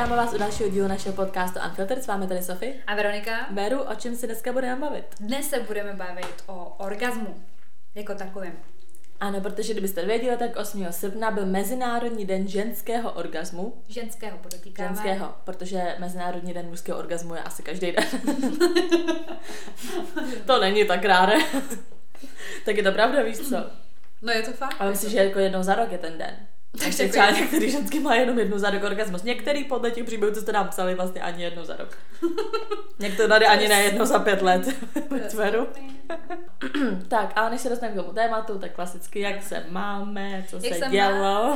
Vítáme vás u dalšího dílu našeho podcastu Unfiltered, s vámi tady Sofie a Veronika. Veru, o čem si dneska budeme bavit? Dnes se budeme bavit o orgazmu jako takovém. Ano, protože kdybyste věděli, tak 8. srpna byl Mezinárodní den ženského orgazmu. Ženského podotýkáme. Ženského, protože Mezinárodní den mužského orgazmu je asi každý den. To není tak ráre. Tak je to pravda, víš co? No je to fakt. Ale myslím, že jako jednou za rok je ten den. Takže třeba některý ženský má jenom jednou za rok orgasmus. Některý podle těch příběhů, co jste nám psali, vlastně ani jednou za rok. Někdo tady ani ne jednou za 5 let. Tak, ale než se dostaneme k tomu tématu, tak klasicky, jak se máme, co se dělo.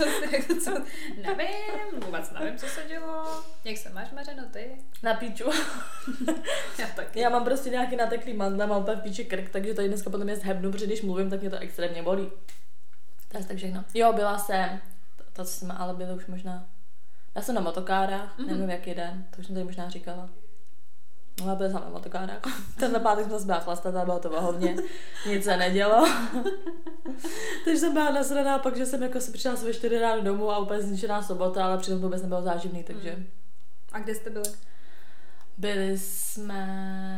Nevím, vůbec nevím, co se dělo. Jak se máš, Mařeno, ty? Na píču. Já taky. Já mám prostě nějaký nateklý mandle, mám úplně v píči krk, takže tady dneska potom je zhebnu, protože když mluvím, tak mě to extrémně bolí. To je tak všechno. Jo, byla jsem, to jsme ale byli už možná, já jsem na motokárách, nevím jaký den, to už jsem tady možná říkala. No, já byla jsem na motokárách. Tenhle pátek jsem se byla chlastat a bylo to vohovně, nic se nedělo. Takže jsem byla nasraná, pak, že jsem jako se přišla ve 4 ráno domů a úplně zničená sobota, ale přitom to vůbec nebylo záživný, takže. A kde jste byli? Byli jsme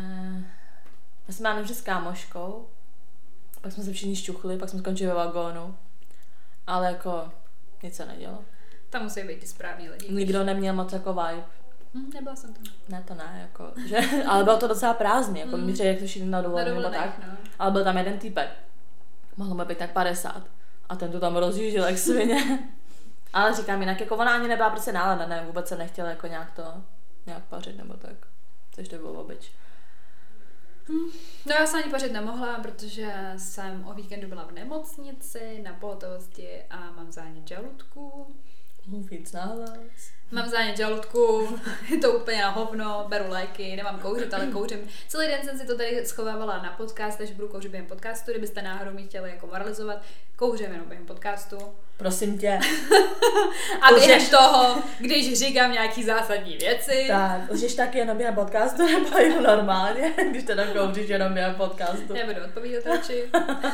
na s kámoškou, pak jsme se všichni šťuchli, pak jsme skončili ve vagónu. Ale jako nic se nedělo. Tam musí být ty správný lidi. Nikdo neměl moc jako vibe. Nebyla jsem tam. Ne, to ne, jako, že, ale bylo to docela prázdný, jako mi řekli, jak to všichni na dovolené nebo tak. No. Ale byl tam jeden týpek. Mohlo mi být tak 50. A ten to tam rozjížděl jak svině. Ale říkám jinak, jako ona ani nebyla prostě nálada, ne, vůbec se nechtěla jako nějak pařit nebo tak. Což to bylo obyč. No já jsem ani pařit nemohla, protože jsem o víkendu byla v nemocnici na pohotovosti a mám zánět žaludku. Víc nahlas. Mám zánět žaludku, je to úplně na hovno, beru léky, nemám kouřit, ale kouřím. Celý den jsem si to tady schovávala na podcast, takže budu kouřit během podcastu, kdybyste náhodou mi chtěli jako moralizovat, kouřím jenom během podcastu. Prosím tě. A během toho, když říkám nějaký zásadní věci. Tak, lžeš taky jenom během podcastu nebo jenom normálně, když teda kouříš jenom během podcastu. Nebudu odpovídat radši.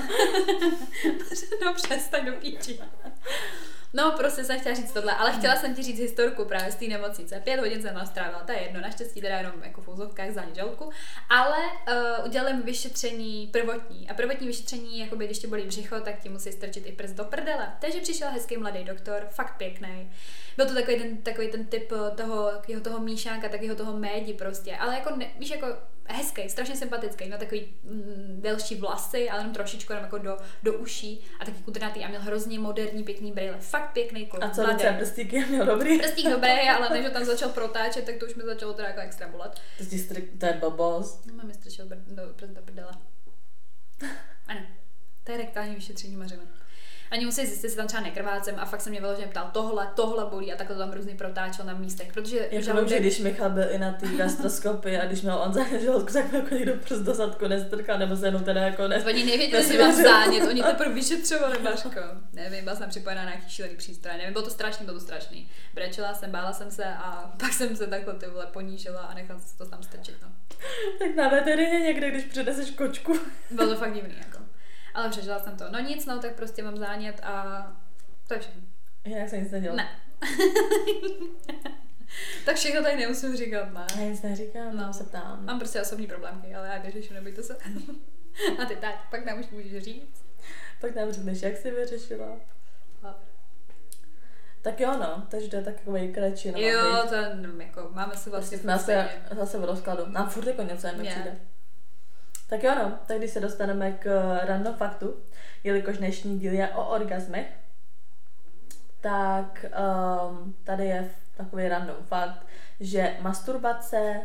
No přestaň do píči. No, prostě jsem chtěla říct tohle, ale chtěla jsem ti říct historku právě z té nemocnice. 5 hodin jsem tam strávila, to je jedno, naštěstí teda jenom jako v úzovkách zánět žaludku, ale udělali mi vyšetření prvotní. A prvotní vyšetření, jakoby když tě bolí břicho, tak ti musí strčit i prst do prdele. Takže přišel hezký mladý doktor, fakt pěkný. Byl to takový ten typ toho míšánka, takového toho médi prostě, ale jako víš, jako hezký, strašně sympatický, no takový delší vlasy, ale jenom trošičku jenom jako do uší a taky kudrnatý a měl hrozně moderní, pěkný brýle, fakt pěkný kluk. A co ruce, prstíky měl dobrý? Prstík dobrý, ale než ho tam začal protáčet, tak to už mi začalo teda jako extra bolet. To je blbost. No, mi strčil prst do prdele. Ano, to je rektální vyšetření, Mařeno. Ani musí zjistit, že tam třeba nekrvácem a fakt se mě vyloženě ptal, tohle bolí a takhle to tam různě protáčel na místech, protože jako že když Michal byl i na té gastroskopii a když měl on zánět žaludku, tak jako někdo prst do zadku nestrkal, nebo se jenom teda jako Oni nevěděli, že mám zánět, oni teprve vyšetřovali, Mařko. Nevím, byla jsem připojená na nějaký šílený přístroj, nevím, bylo to strašný. Brečela jsem, bála jsem se a pak jsem se takhle ty vole ponížila a nechala se to tam strčit, no. Tak na veterině někde, když přineseš kočku. Bylo to fakt divný, jako. Ale přežila jsem to. No nic, no, tak prostě mám zánět a to je všechno. Jinak se nic nedělo. Ne. Tak všechno tady nemusím říkat, ne? Já nic neříkám, no, se ptám. Mám prostě osobní problémky, ale já neřeším, nebojte se. A ty tak, pak nám už můžeš říct. Pak nám řekneš, jak jsi vyřešila. Tak jo, no, takže to je takový kratší. No, jo, to jako, máme se vlastně zase v rozkladu. Nám furt jako něco jen přijde. Tak jo, no, tak když se dostaneme k random faktu, jelikož dnešní díl je o orgasmech, tak tady je takový random fakt, že masturbace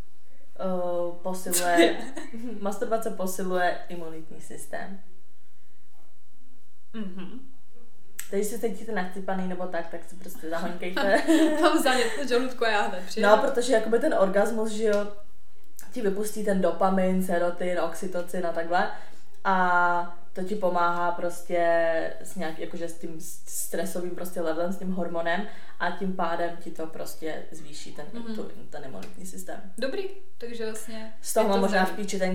posiluje imunitní systém. Takže se cítíte nachcipaný nebo tak si prostě zahoňkejte. Mám zánět žaludku a já hned přijdu. No, protože jakoby ten orgasmus, že jo, ti vypustí ten dopamin, serotin, oxytocin a takhle a to ti pomáhá prostě s tím stresovým prostě levelem, s tím hormonem a tím pádem ti to prostě zvýší ten imunitní systém. Dobrý, takže vlastně... Z toho mám možná v píči ten krk.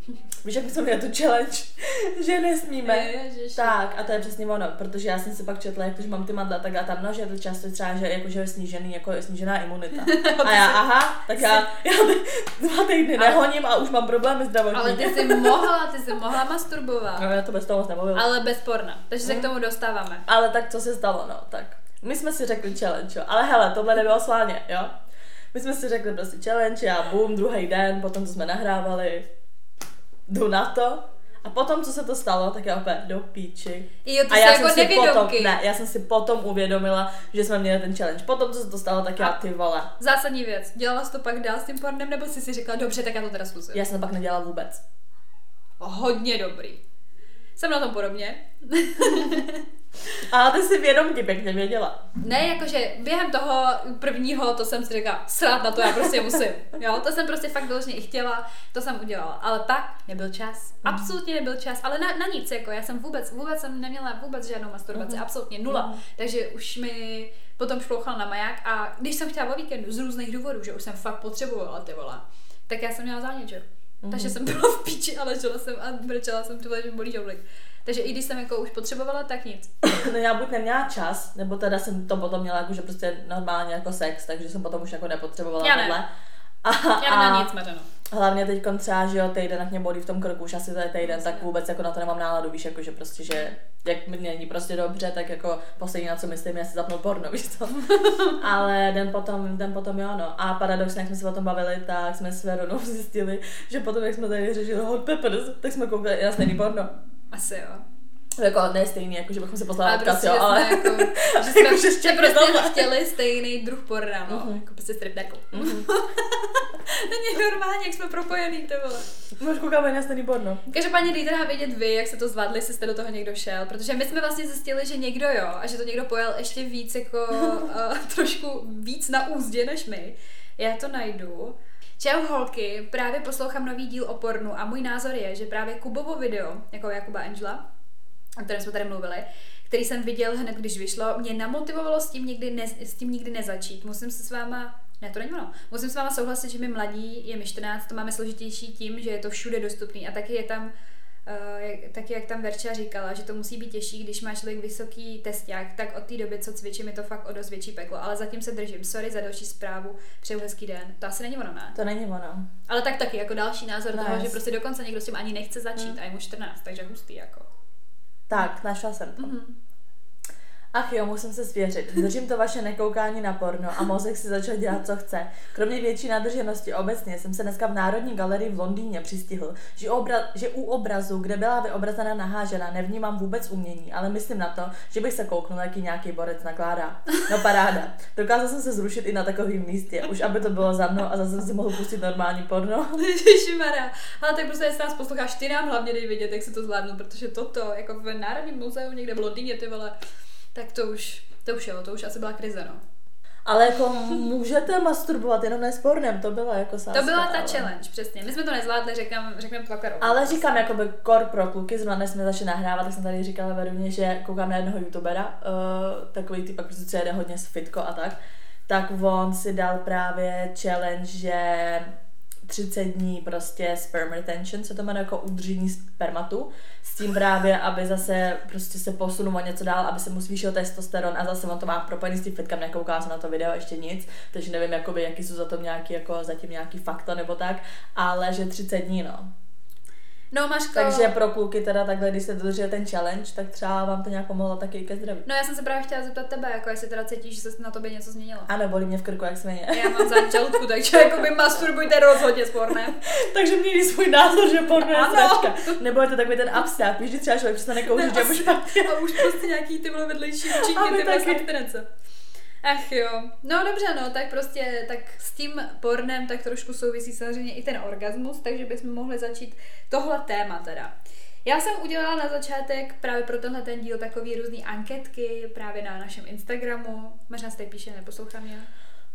Víš, jak jsme měli tu challenge, že nesmíme. Ježiši. Tak, a to je přesně ono, protože já jsem si pak četla, jak to, že mám ty mandle, tak a tam, no, že je to často třeba, že jakože je snížený, jako je snížená imunita. A já, aha, tak já 2 týdny nehoním a už mám problémy zdravotní. Ale ty jsi mohla masturbovat. No, já to bez toho moc nemluvila. Ale bez porna, takže se k tomu dostáváme. Ale tak co se stalo, no, tak. My jsme si řekli challenge, jo. Ale hele, tohle nebylo schválně, jo. My jsme si řekli prostě challenge, já boom, druhý den, potom co jsme nahrávali, jdu na to. A potom, co se to stalo, tak já opět do píči. Jo, a já jako já jsem si potom uvědomila, že jsme měli ten challenge. Potom, co se to stalo, tak já ty vole. Zásadní věc. Dělala jsi to pak dál s tím pornem, nebo jsi si říkala, dobře, tak já to teda zkusím? Já jsem to pak nedělala vůbec. Hodně dobrý. Jsem na tom podobně. Ale ty jsi vědomě pěkně věděla. Ne, jakože během toho prvního, to jsem si říkala, srát na to, já prostě musím. Jo, to jsem prostě fakt vyloženě i chtěla, to jsem udělala. Ale tak nebyl čas. Absolutně nebyl čas, ale na nic, jako já jsem vůbec jsem neměla vůbec žádnou masturbaci, absolutně nula. Takže už mi potom šplouchal na maják a když jsem chtěla o víkendu z různých důvodů, že už jsem fakt potřebovala ty vole, tak já jsem měla zánět, že? Takže jsem byla v píči a ležela jsem a brečela jsem, že bolí žaludek. Takže i když jsem jako už potřebovala, tak nic. No já buď neměla čas, nebo teda jsem to potom měla jako, že prostě normálně jako sex, takže jsem potom už jako nepotřebovala tohle. Já nemám nic, Mařeno. Hlavně teď třeba, že jo, týden, jak mě bolí v tom krku, už asi to je týden, tak vůbec jako na to nemám náladu, víš, jako, že prostě, že jak mi není prostě dobře, tak jako poslední, na co myslím, je si zapnout porno, víš to. Ale den potom jo, no. A paradoxně, jak jsme se o tom bavili, tak jsme s Veronou zjistili, že potom, jak jsme tady řešili Hot Peppers, tak jsme koukali i na stejný porno. Asi jo. Jako ne stejný, jako že bychom si poslali odkaz, prostě, jo, ale jako, že jsme prostě chtěli stejný druh porna, no, jako prostě stripnerkou. Není normálně, jak jsme propojený, to vole. Už koukáme na stejný porno. Každopádně dejte nám vědět vy, jak se to zvládli, jestli jste do toho někdo šel, protože my jsme vlastně zjistili, že někdo jo, a že to někdo pojel ještě víc, jako trošku víc na úzdě než my. Já to najdu. Čau holky, právě poslouchám nový díl o pornu a můj názor je, že právě Kubovo video, jako Jakuba Angela, o kterém jsme tady mluvili, který jsem viděl hned, když vyšlo, mě namotivovalo s tím nikdy nezačít. Musím s váma souhlasit, že my mladí, je mi 14, to máme složitější tím, že je to všude dostupný a taky je tam taky jak tam Verča říkala, že to musí být těžší, když má člověk vysoký testák, tak od té doby, co cvičím, je to fakt o dost větší peklo, ale zatím se držím. Sorry za další zprávu, přeju hezký den. To asi není ono, ne? To není ono. Ale tak taky, jako další názor toho, že prostě dokonce někdo s tím ani nechce začít a je mu 14, takže hustý jako. Tak, našla jsem to. Ach jo, musím se svěřit. Držím to vaše nekoukání na porno a mozek si začal dělat, co chce. Kromě větší nadrženosti obecně jsem se dneska v Národní galerii v Londýně přistihl, že u obrazu, kde byla vyobrazena nahá žena, nevnímám vůbec umění, ale myslím na to, že bych se kouknul, jaký nějaký borec nakládá. No paráda. Dokázal jsem se zrušit i na takovém místě, už aby to bylo za mnou a zase jsem si mohl pustit normální porno. Ježišmarja. Ale tak prostě, jestli nás posloucháš, ty nám hlavně dej vědět, jak se to zvládnu, protože toto, jako v Národním muzeu někde v Londýně, ty vole, tak to už asi byla krize, no. Ale jako můžete masturbovat jenom ne s pornem, to byla jako sázka. To byla ta challenge, přesně. My jsme to nezvládli, řekneme to takhle. Ale říkám, jakoby kor pro kluky, zrovna než jsme začali nahrávat, tak jsem tady říkala Veruně, že koukám na jednoho youtubera, takový typ, prostě co jede hodně s fitko a tak on si dal právě challenge, že 30 dní prostě sperm retention, se to jmenuje jako udržení spermatu, s tím právě, aby zase prostě se posunul něco dál, aby se mu zvýšil testosteron a zase on to má propojený s tím fitkam, nekouká se na to video ještě nic, takže nevím, jakoby, jaký jsou za tom nějaký, jako zatím nějaký fakta nebo tak, ale že 30 dní, no. No, Mařko. Takže pro kluky teda takhle, když se dodržuje ten challenge, tak třeba vám to nějak pomohlo taky i ke zdraví. No, já jsem se právě chtěla zeptat tebe, jako jestli teda cítíš, že se na tobě něco změnilo. Ano, bolí mě v krku jak svině. Já mám zánět žaludku, takže jakoby masturbujte rozhodně s pornem. Takže měli svůj názor, že porno je sračka. Nebo je to takový ten abstrakt, víš, třeba člověk přestane kouřit, že mu špatně. A už prostě nějaký ty vole vedlejší účinky, ty vlastně abstinence. Ach jo, no dobře, no, tak prostě, tak s tím pornem tak trošku souvisí samozřejmě i ten orgasmus, takže bychom mohli začít tohle téma teda. Já jsem udělala na začátek právě pro tenhle ten díl takový různý anketky právě na našem Instagramu. Možná se tady píše, neposlouchám já.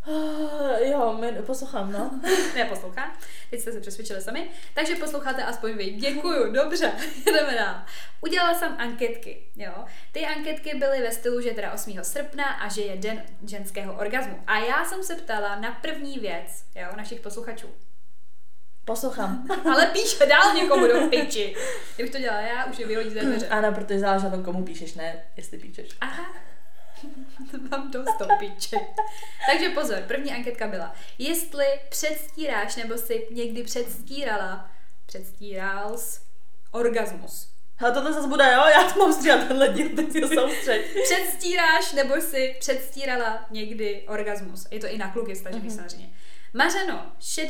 Jo, poslouchám, no. Neposlouchám, teď jste se přesvědčili sami, takže posloucháte aspoň vy. Děkuju, dobře, jdeme dál. Udělala jsem anketky, jo. Ty anketky byly ve stylu, že teda 8. srpna a že je den ženského orgazmu. A já jsem se ptala na první věc, jo, našich posluchačů. Poslouchám. Ale píš dál někomu do piči. Kdybych to dělala já, už je vyhodí ze dveře. Ano, protože záleží na tom, komu píšeš, ne jestli píšeš. Aha. Mám dost to piči. Takže pozor, první anketka byla, jestli předstíráš nebo si někdy předstíral orgasmus. Hele, tohle zase bude, jo? Já to mám stříhat tenhle díl, teď si ho soustřed. Předstíráš nebo si předstírala někdy orgasmus. Je to i na kluky stažený samozřejmě. Mařeno,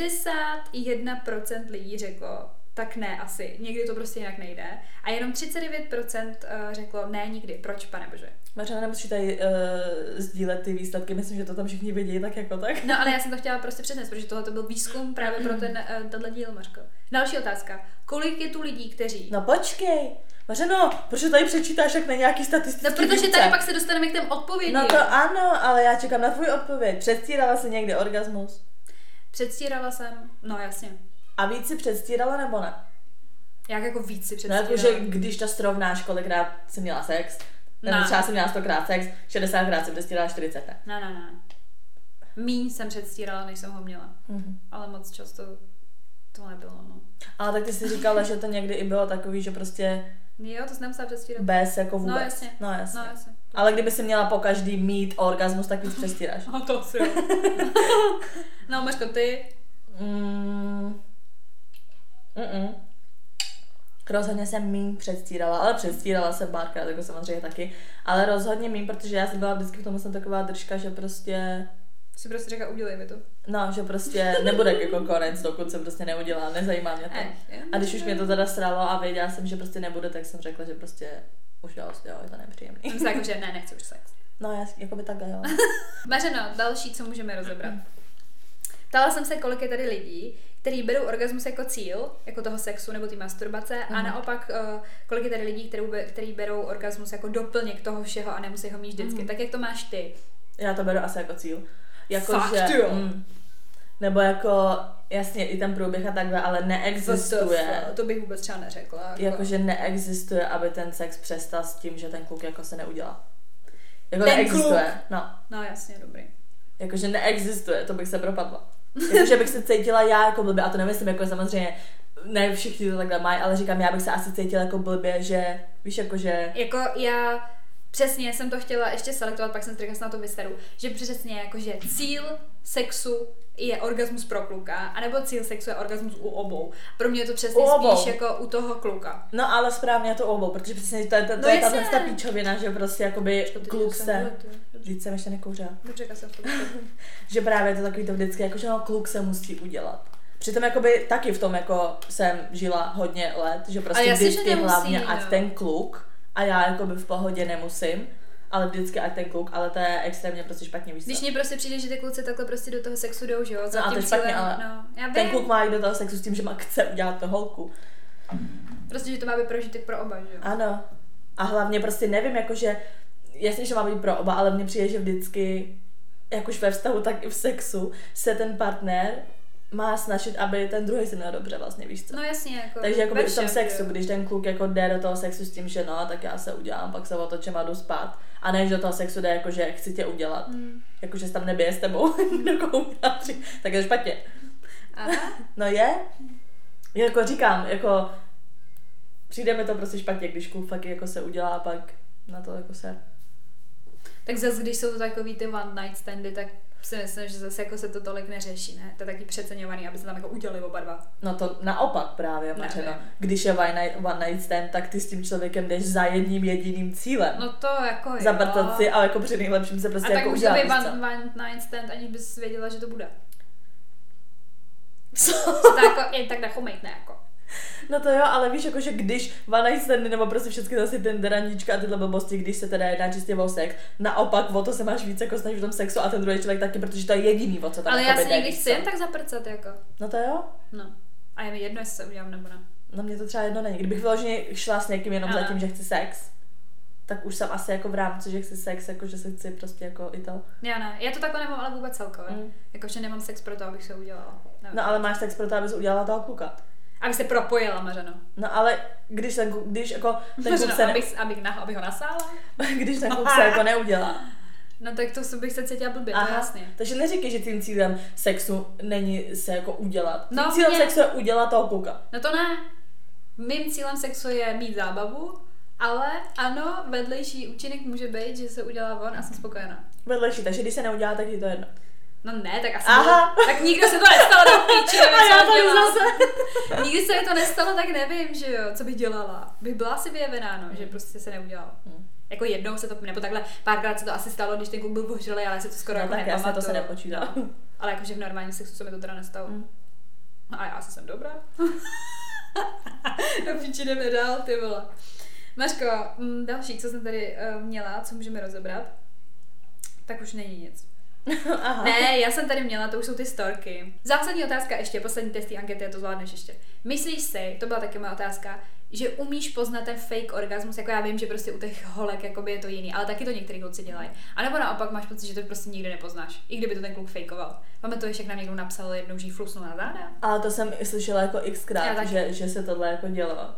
61% lidí řeklo, tak ne asi, někdy to prostě jinak nejde. A jenom 39% řeklo, ne nikdy. Proč, pane bože? Mařena, nemusíš tady sdílet ty výsledky, myslím, že to tam všichni vědí, tak jako tak. No, ale já jsem to chtěla prostě přednést, protože tohle byl výzkum právě pro tenhle díl, Mařko. Další otázka. Kolik je tu lidí, kteří... No počkej, Mařeno, proč to tady přečítáš, jak na nějaký statistický No, protože výuce? tady pak se dostaneme k těm odpovědím. No to ano, ale já čekám na tvůj odpověď. Předstírala jsi někdy orgasmus? Předstírala jsem, no jasně. A víc si předstírala nebo ne? Jak jako víc si No předstírala? jakože když to srovnáš, kolikrát jsi měla sex, nebo Ne. třeba jsi měla 100krát sex, 60krát si předstírala 40. Ne. Míň jsem předstírala, než jsem ho měla. Ale moc často to nebylo, no. Ale tak ty jsi říkala, že to někdy i bylo takový, že prostě Jo, to jsem nemusela předstírat. bez jako vůbec. No jasně. No jasně. No jasně. Ale kdyby si měla po každý mít orgasmus, tak víc předstíráš. No to si jo. No, Mařko, ty? Rozhodně jsem míň předstírala, ale předstírala jsem párkrát, jako samozřejmě taky. Ale rozhodně míň, protože já jsem byla vždycky v tom jsem taková držka, že prostě... Si prostě říká, udělej mi to. No, že prostě nebude jako konec, dokud jsem prostě neudělala, nezajímá mě to. A když už mě to teda sralo a věděla jsem, že prostě nebude, tak jsem řekla, že prostě už jo, je to nepříjemný. Myslím jako, že ne, nechci už sex. No, já jako by takhle, jo. Mařeno, další, co můžeme rozebrat. Ptala jsem se, kolik je tady lidí, kteří berou orgasmus jako cíl, jako toho sexu nebo té masturbace, a naopak, kolik je tady lidí, kteří berou orgasmus jako doplněk toho všeho a nemusí ho mít vždycky. Tak jak to máš ty? Já to beru asi jako cíl. Jako, Fakt, že, jo? nebo jako, jasně, i ten průběh a takhle, ale neexistuje. To bych vůbec třeba neřekla. Jakože neexistuje, aby ten sex přestal s tím, že ten kluk jako se neudělá. Jako Ten neexistuje, kluk? no. No jasně, dobrý. Jakože neexistuje, to bych se propadla. Jakože bych se cítila já jako blbě, a to nemyslím jako samozřejmě, ne všichni to takhle mají, ale říkám, já bych se asi cítila jako blbě, že, víš, jakože... Jako já přesně jsem to chtěla ještě selektovat, pak jsem si řekla, na to vyseru, že přesně jakože cíl sexu je orgasmus pro kluka, anebo cíl sexu je orgasmus u obou. Pro mě je to přesně spíš jako u toho kluka. No ale správně je to obou, protože přesně to je ta píčovina, že prostě jakoby kluk se... Vždyť jsem ještě nekouřila. Dobře, jsem to. Že právě je to takový to vždycky, jako že no, kluk se musí udělat. Přitom jakoby taky v tom jako jsem žila hodně let, že prostě vždycky hlavně ať ten kluk a já jakoby v pohodě nemusím, ale vždycky ať ten kluk, ale to je extrémně prostě špatně víc. Když mně prostě přijde, že ty kluci takhle prostě do toho sexu jdou, že jo? No a to je špatně, ale ten kluk má jít do toho sexu s tím, že má chce udělat to holku. Prostě, že to má být prožitek pro oba, že jo? Ano. A hlavně prostě nevím, jakože jasně, že má být pro oba, ale mně přijde, že vždycky, jak už ve vztahu, tak i v sexu, se ten partner má snažit, aby ten druhý se měl dobře, vlastně, víš co? No jasně, jako. Takže jako v tom sexu, když ten kluk jako jde do toho sexu s tím, že no, tak já se udělám, pak se otočím a jdu spát. A ne, že do toho sexu jde jako, že chci tě udělat. Jako, že se tam nebije s tebou do koupátři. Tak je to špatně. Aha. No je. Jako říkám, jako přijde mi to prostě špatně, když kluk fakt jako se udělá a pak na to jako se... Tak zase, když jsou to takový ty one night standy, tak si myslím, že zase jako se to tolik neřeší, ne? To je taky přeceňovaný, aby se tam jako udělali oba dva. No to naopak právě, Mařeno. Když je one night stand, tak ty s tím člověkem jdeš za jedním jediným cílem. No to jako jo. Zabrtat si a jako při nejlepším se prostě a jako udělat. A udělat. tak může být one night stand, aniž bys věděla, že to bude. Co? To jako, jen tak nachomejt, ne jako. No to jo, ale víš, jakože když one night standy nebo prostě všechny zase ten randíčka a tyhle blbosti, když se teda jedná čistě o sex, naopak o to se máš víc jako snažit v tom sexu a ten druhý člověk taky, protože to je jediný, o co tam ale jako já si jde, někdy chci jen tak zaprcat, jako. No to jo. No. A je mi jedno, jestli se udělám nebo ne. No mě to třeba jedno není. Kdybych vyloženě šla s někým jenom za tím, že chci sex, tak už jsem asi jako v rámci, že chci sex, jako že se chci prostě jako i to. Já ne, já to takhle nemám, ale vůbec celkově. Jakože nemám sex pro to, abych se udělala. Nevím. No ale máš sex pro to, abys udělala toho kluka. Aby se propojila, Mařeno. No ale když jako ten kluk se abych ho nasála. když ten kluk se jako neudělá, No tak to bych se cítila blbě, to je jasně. Takže neříkej, že tím cílem sexu není se jako udělat. Tím No, cílem sexu je udělat toho kluka. No to ne. Mým cílem sexu je mít zábavu, ale ano, vedlejší účinek může být, že se udělá on a jsem spokojená. Vedlejší, takže když se neudělá, tak je to jedno. No ne, tak asi tak nikdo se to nestalo do píči, nikdy se mi to nestalo, tak nevím, že jo, co bych dělala. Bych byla asi vyjevená, no, že prostě se neudělalo. Jako jednou se to, nebo takhle párkrát se to asi stalo, když ten kluk byl ožralý, ale se to skoro jako nepamatuju. To se nepočítá. Ale jakože v normálním sexu se mi to teda nestalo. A já asi jsem dobrá. Do píči jdeme dál, ty vole. Maško, další, co jsem tady měla, co můžeme rozebrat, tak už není nic. Aha. Ne, já jsem tady měla, to už jsou ty storky. Zásadní otázka ještě, poslední test té ankety, to zvládneš ještě. Myslíš si, to byla taky moje otázka, že umíš poznat ten fake orgasmus, jako já vím, že prostě u těch holek jakoby je to jiný, ale taky to některý kluci dělají. A nebo naopak máš pocit, že to prostě nikdy nepoznáš, i kdyby to ten kluk fejkoval. Pamatuješ, jak nám někdo napsal jednou, že jí flusnul na záda? Ale to jsem slyšela jako xkrát, že se tohle jako dělo.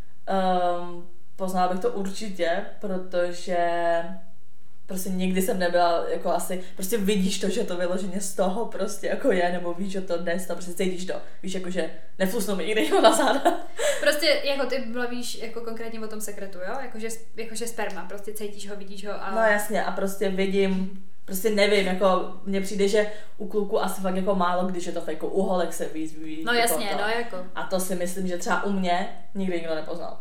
Poznala bych to určitě, protože prostě nikdy jsem nebyla jako asi, prostě vidíš to, že to vyloženě z toho prostě jako je, nebo víš, že to dnes, to prostě cítíš to, víš, jako že neflusnou mi nikdy na záda. Prostě jako ty mluvíš jako konkrétně o tom sekretu, jo? Jakože sperma, prostě cítíš ho, vidíš ho a... No jasně a prostě vidím, prostě nevím, jako mně přijde, že u kluku asi fakt jako málo, když je to jako u holek se ví. No jasně, jako to. No jako. A to si myslím, že třeba u mě nikdy nikdo nepoznal.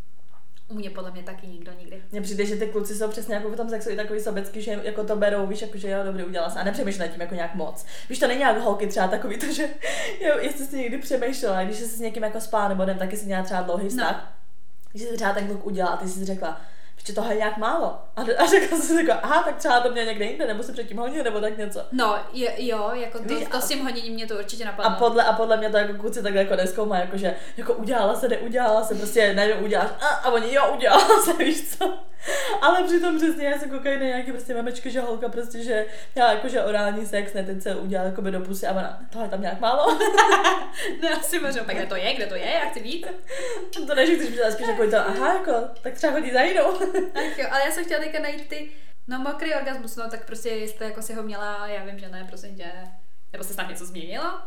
U mě podle mě taky nikdo nikdy. Mně přijde, že ty kluci jsou přesně jako v tom sexu i takový sobecký, že jako to berou, víš, jako že jo, dobrý, udělala se a nepřemýšlej nad tím jako nějak moc. Víš, to není jak holky třeba takový to, že jo, jestli jsi někdy přemýšlela, když jsi s někým jako spál nebo jdem, taky si měla třeba dlouhý vztah. No. Když jsi třeba ten kluk udělal a ty jsi řekla, že toho je nějak málo. A řekla jsem si, aha, tak třeba to mě někde jinde, nebo se předtím honil, nebo tak něco. No, jo, jako to s tím honěním mě to určitě napadlo. A podle mě to jako kluci takhle jako neskoumají, jako že jako udělala se, neudělala se, prostě nevím, uděláš, a oni jo, udělala se, víš co. Ale přitom přesně já se koukají na nějaký prostě memečky, že holka prostě, že já jakože orální sex, ne, teď se udělala jakoby do pusy a ona, tohle tam nějak málo. No já si možná, tak kde to je, já chci víc. To než když by spíš jako to, aha, jako, tak třeba chodí za jinou. Tak jo, ale já jsem chtěla teďka najít ty, no mokrý orgasmus, no tak prostě jestli jako si ho měla, já vím, že ne, prosím tě, nebo se tam něco změnila?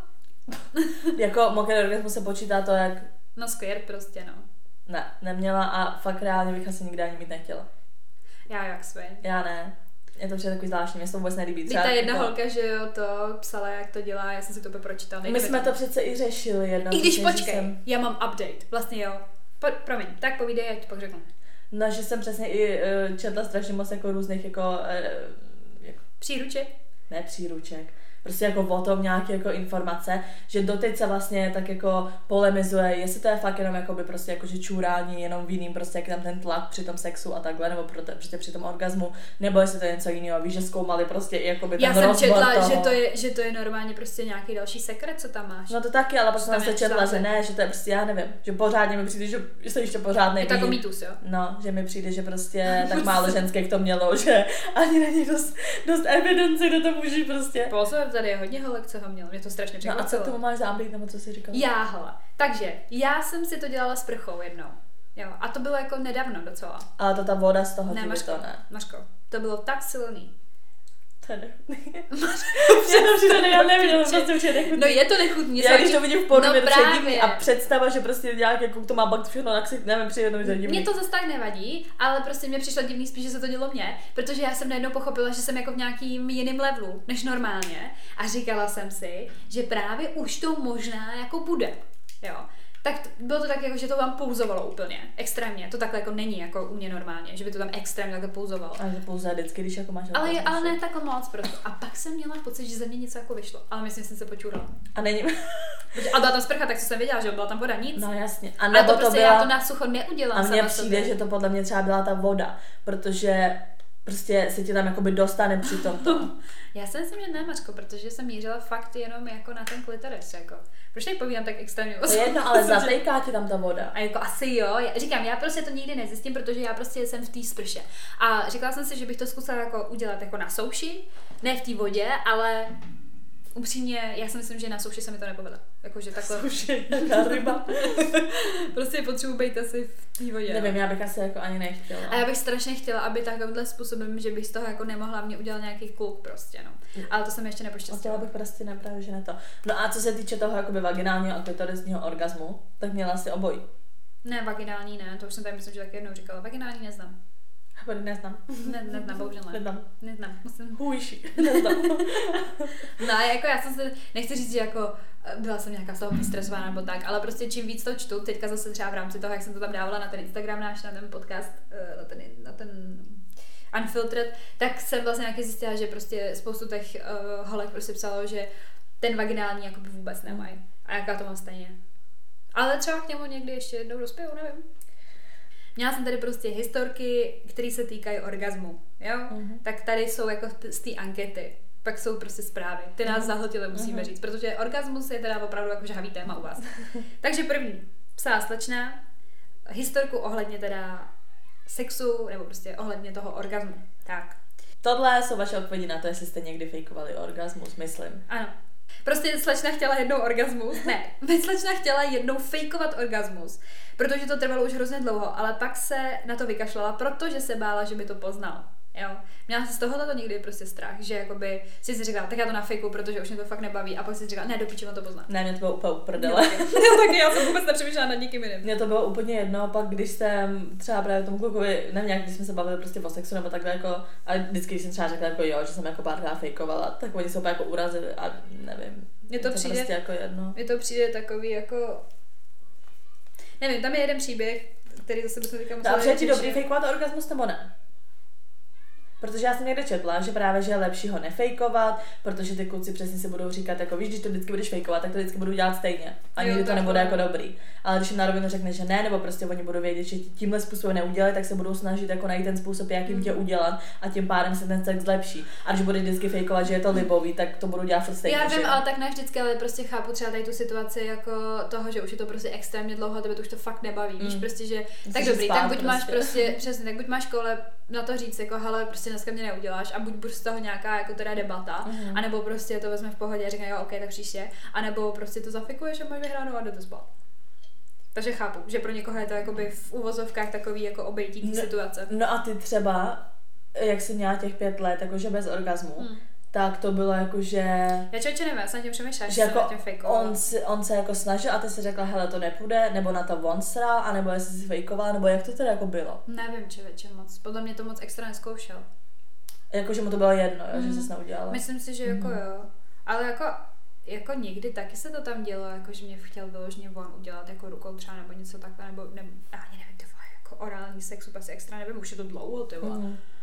Jako mokrý orgasmus se počítá to jak... No squirt prostě, no. Ne, neměla a fakt reálně bych asi nikdy ani mít nechtěla. Já jak svý. Já ne. Je to takový zvláštní, mě se to vůbec nelíbí. Ta jedna holka, že jo, to psala, jak to dělá, já jsem si to pročítala. My jsme to přece i řešili jednou. I když počkej, já mám update, vlastně jo. Promiň, tak povídej, já ti pak řeknu. No, že jsem přesně i četla strašně moc jako různých jako příruček? Ne příruček. Prostě jako o tom nějaké jako informace, že doteď se vlastně tak jako polemizuje, jestli to je fakt jenom jakoby prostě jakože čůrání jenom v jiným prostě jak tam ten tlak při tom sexu a takhle, nebo prostě při tom orgazmu, nebo jestli to je něco jiného, víš, že zkoumali prostě i jakoby ten rozbor toho. Já jsem četla, že to je normálně prostě nějaký další sekret, co tam máš. No to taky, ale pak jsem se četla, že ne, že to je prostě, já nevím, že pořádně mi přijde, že jsem ještě pořád neví. Je to jako mýtus, jo? No, že mi přijde, že prostě tak málo ženských to mělo, že ani není dost evidence, kde to můžeš prostě. Pozor, tady je hodně holek, co ho měl. Mě to strašně překvapilo. No a co k tomu máš záblík, nebo co jsi říkala? Já, hele. Takže, já jsem si to dělala s prchou jednou. Jo, a to bylo jako nedávno docela. Ale to ta voda z toho ne, Maško, to ne. Maško, to bylo tak silný. To je nechutný. Mě to přijde, já nevím, to prostě už je nechutný. No je to nechutný. Já když to vidím v pornu, no je to předivný a představa, že prostě nějak jako to má bakt všechno, tak si nevím, přijde to divný. Mně to zase tak nevadí, ale prostě mě přišlo divný spíš, že se to dělo mně, protože já jsem najednou pochopila, že jsem jako v nějakým jiném levelu než normálně a říkala jsem si, že právě už to možná jako bude. Jo. Tak bylo to tak, jako, že to tam pouzovalo úplně, extrémně. To takhle jako není jako u mě normálně, že by to tam extrémně takhle pouzovalo. Ale to pouzuje vždycky, když jako máš. Ale ne takhle moc prostě. A pak jsem měla pocit, že ze mě něco jako vyšlo. Ale myslím, že jsem se počurala. A není. A byla tam sprcha, tak co jsem věděla, že byla tam voda, nic. No jasně. A nebo to prostě já to na sucho neudělám. A mně přijde, že to podle mě třeba byla ta voda, protože prostě se ti tam jakoby dostane při tom. Já si myslím, že ne, Mařko, protože jsem mířila fakt jenom jako na ten klitoris, jako. Proč tady povídám tak extrémně? To je jedno, ale zatejká ti tam ta voda. A jako asi jo, říkám, já prostě to nikdy nezjistím, protože já prostě jsem v té sprše. A říkala jsem si, že bych to zkusila jako udělat jako na souši, ne v té vodě, ale upřímně, já si myslím, že na souši se mi to nepovede. Jakože takhle. Souši, jaká ryba. Prostě potřebuji být asi v té vodě. Nevím, já bych asi jako ani nechtěla. A já bych strašně chtěla, aby takovýmhle způsobem, že bych z toho jako nemohla mě udělat nějaký kluk prostě, no. Ale to se mi ještě nepoštěstilo. Chtěla bych prostě nepravě, že ne to. No a co se týče toho jakoby vaginálního a klitorisního orgazmu, tak měla asi obojí. Ne, vaginální ne, to už jsem tady myslím, že tak jednou říkala. Vaginální neznám. Neznám. Neznám, bohužel ne. Neznám. Musím... Hůjší. Neznám. No jako já jsem se, nechci říct, že jako byla jsem nějaká z toho vystresovaná nebo tak, ale prostě čím víc to čtu, teďka zase třeba v rámci toho, jak jsem to tam dávala na ten Instagram náš, na ten podcast, na ten Unfiltered, tak jsem vlastně nějaký zjistila, že prostě spoustu těch holek prostě psalo, že ten vaginální jakoby vůbec nemají. A jaká to mám stejně. Ale třeba k němu někdy ještě jednou dospěju, nevím. Měla jsem tady prostě historky, které se týkají orgazmu, jo? Tak tady jsou jako z té ankety. Pak jsou prostě zprávy. Ty nás zahltily, musíme říct, protože orgasmus je teda opravdu jako žhavý téma u vás. Takže první, psala slečna, historku ohledně teda sexu, nebo prostě ohledně toho orgazmu. Tak. Tohle jsou vaše odpovědi na to, jestli jste někdy fejkovali orgasmus, myslím. Ano. Prostě slečna chtěla jednou orgasmus. Ne, slečna chtěla jednou fejkovat orgasmus, protože to trvalo už hrozně dlouho, ale pak se na to vykašlala, protože se bála, že by to poznal. Jo. Měla jsem z tohohle to někdy prostě strach, že jakoby si říkala, tak já to nafejkuju, protože už mě to fakt nebaví, a pak si říkala, ne, do piči, on to pozná. Ne, mě to bylo úplně uprdele. Taky já jsem vůbec nepřemýšlela nad nikým jiným. Mně to bylo úplně jedno, pak když jsem třeba právě tomu klukovi, nevím, jak když jsme se bavili prostě o sexu nebo takhle jako, a vždycky když jsem třeba řekla jako jo, že jsem jako párkrát fejkovala, tak oni se úplně jako urazili a nevím. Mně to přijde prostě jako jedno. Mně to přijde takový jako, nevím, tam je jeden příběh, který zase bychom říkali museli. A přijde ti dobrý fejkovat orgasmus nebo ne? Protože já jsem někde četla, že právě že je lepší ho nefejkovat, protože ty kluci přesně si budou říkat, jako víš, když to vždycky budeš fejkovat, tak to vždycky budou dělat stejně. A nikdy to nebude jako dobrý. Ale když jim na rovinu řekne, že ne, nebo prostě oni budou vědět, že tímhle způsobem neudělají, tak se budou snažit jako najít ten způsob, jak jim tě udělat, a tím pádem se ten sex zlepší. A když budeš vždycky fejkovat, že je to libový, tak to budou dělat furt stejně. Já vím, ale tak ne vždycky, ale prostě chápu třeba tady tu situaci jako toho, že už je to prostě extrémně dlouho, tebe to už to fakt nebaví. Víš, prostě, že tak dobrý, tak buď máš prostě přesně, tak buď máš kole na to říct, jako hele, prostě dneska mě neuděláš, a buď z toho nějaká jako teda debata, anebo prostě to vezme v pohodě a řekne jo, OK, tak příště, anebo prostě to zafikuješ a máš vyhráno a jde to spát. Takže chápu, že pro někoho je to jakoby v uvozovkách takový jako obejtí té situace. No a ty třeba, jak jsi měla těch 5 let, jakože bez orgazmu, tak to bylo jako, že... Já člověče nevím, já jsem na tím přemýšlela, že jako jsem na tím fejkovala. On se jako snažil a ty si řekla, hele, to nepůjde, nebo na to on sral, anebo jestli si fejkovala, nebo jak to teda jako bylo? Nevím, člověče moc, podle mě to moc extra neskoušel. Jakože mu to bylo jedno, jo, že jsi to neudělala. Myslím si, že jako jo, ale jako někdy taky se to tam dělo, jako že mě chtěl vyloženě on udělat jako rukou třeba nebo něco takhle, nebo ani nevím, ty vole, jako orální sex úplně extra, nevím, už je to dlouho, ty vole.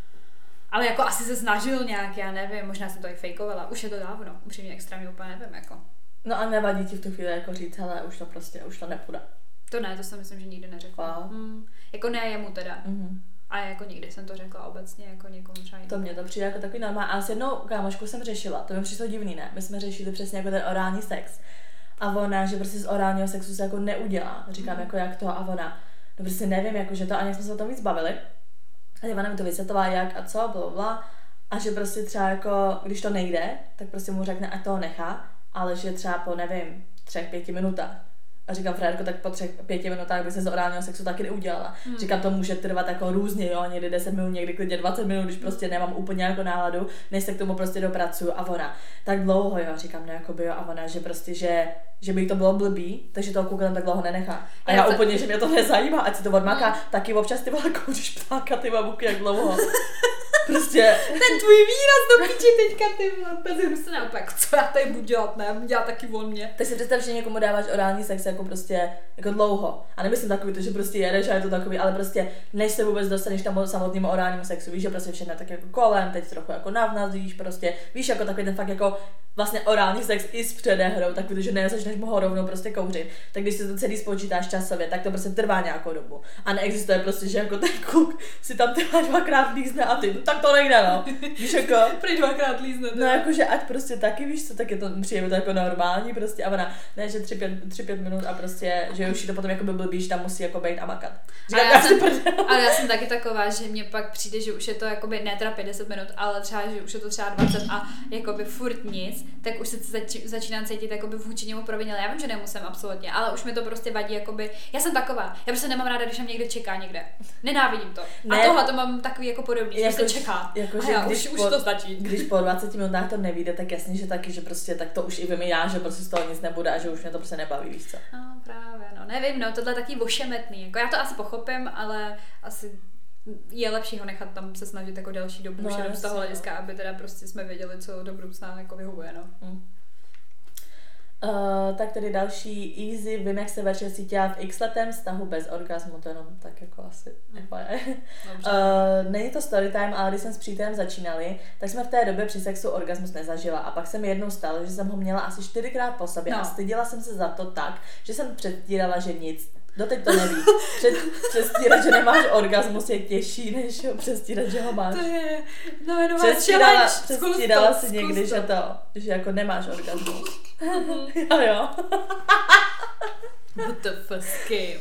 Ale jako asi se snažil nějak, já nevím, možná jsem to i fejkovala, už je to dávno, upřímně extra mi úplně nevím, jako. No a nevadí ti v tu chvíli jako říct, hele, už to nepůjde. To ne, to si myslím, že nikdy neřekla. Jako ne jemu teda. A jako nikdy jsem to řekla obecně, jako někomu třeba jinému. To mě to přijde jako takový normální. A s jednou kámoškou jsem řešila, to mi přišlo divný, ne? My jsme řešili přesně jako ten orální sex. A ona, že prostě z orálního sexu se jako neudělá. Říkám jako jak to, a ona, no prostě nevím, jako že to, ani jsme se o tom víc bavili. A ona mi to vysvětlovala jak a co, blablabla. A že prostě třeba jako, když to nejde, tak prostě mu řekne, ať toho nechá, ale že třeba po, nevím, 3-5 minutách. A říkám, Frérko, tak po 3-5 minutách by se z orálního sexu taky neudělala. Říkám, to může trvat jako různě, jo, někdy 10 minut, někdy klidně 20 minut, když prostě nemám úplně jako náladu, než se k tomu prostě dopracuju. A ona, tak dlouho, jo, říkám, no jakoby jo, a ona, že prostě, že by jí to bylo blbý, takže toho kluka tam tak dlouho nenechá. A já úplně, že mě to nezajímá, ať si to odmaká, taky občas ty vole kouříš ptáka, ty babuky, jak dlouho. Prostě. Ten tvůj výraz do piči teďka, ty vole, bez hrusná, jako co já tady budu dělat, ne, dělá taky on mě. Tak si představ, že někomu dáváš orální sex jako prostě jako dlouho. A nemyslím takový to, že prostě jedeš a je to takový, ale prostě než se vůbec dostaneš tam samotnému orálnímu sexu, víš, že prostě všechno tak jako kolem, teď trochu jako navnazíš, prostě, víš, jako takový ten fakt jako vlastně orální sex i s předehrou, takový, že nezačneš mu ho rovnou prostě kouřit. Tak když si to celý spočítáš časově, tak to prostě trvá nějakou dobu. A neexistuje prostě, že jako ten kluk si tam trvá 2krát lízne a ty tak to nejde, no. Víš, jako... Prý dvakrát lízne. No jakože ať prostě taky, víš co, tak je to, přijde to jako normální prostě a ona, ne, že 3-5 minut a prostě, že už jí to potom jako by blbý, že tam musí jako bejt a makat. Ale já jsem taky taková, že mě pak přijde, že už je to jakoby, ne teda 50 minut, ale třeba, že už je to třeba 20 a jakoby furt nic, tak už se začínám cítit jakoby vůči němu provinile. Já vím, že nemusím absolutně, ale už mi to prostě vadí jakoby, já jsem taková, já prostě nemám ráda, když tam někde čeká někde. Nenávidím to. Ne, a tohle to mám takový jako podobný, že se čeká. Jako, a já, už to stačí. Když po 20 minutách to nevyjde, tak jasně, že taky, že prostě tak to už i vím já, že prostě z toho nic nebude a že už mě to prostě nebaví, víš co. No právě, no nevím, no tohle je taky ošemetný, jako já to asi pochopím, ale asi je lepší ho nechat tam se snažit jako delší dobu, už jenom z toho hlediska, aby teda prostě jsme věděli, co do budoucna jako vyhovuje, no. Tak tedy další easy, vím, jak se večer cítila v x-letém vztahu bez orgasmu, to jenom tak jako asi není to storytime, ale když jsem s přítelem začínali, tak jsme v té době při sexu orgasmus nezažila a pak se mi jednou stalo, že jsem ho měla asi 4krát po sobě a styděla jsem se za to tak, že jsem předstírala, že nic. Doteď to neví. Přestírat, že nemáš orgasmus je těžší, než přestírat, že ho máš. To je Přestírala si někdy, že jako nemáš orgasmus. Jo. What the fuck?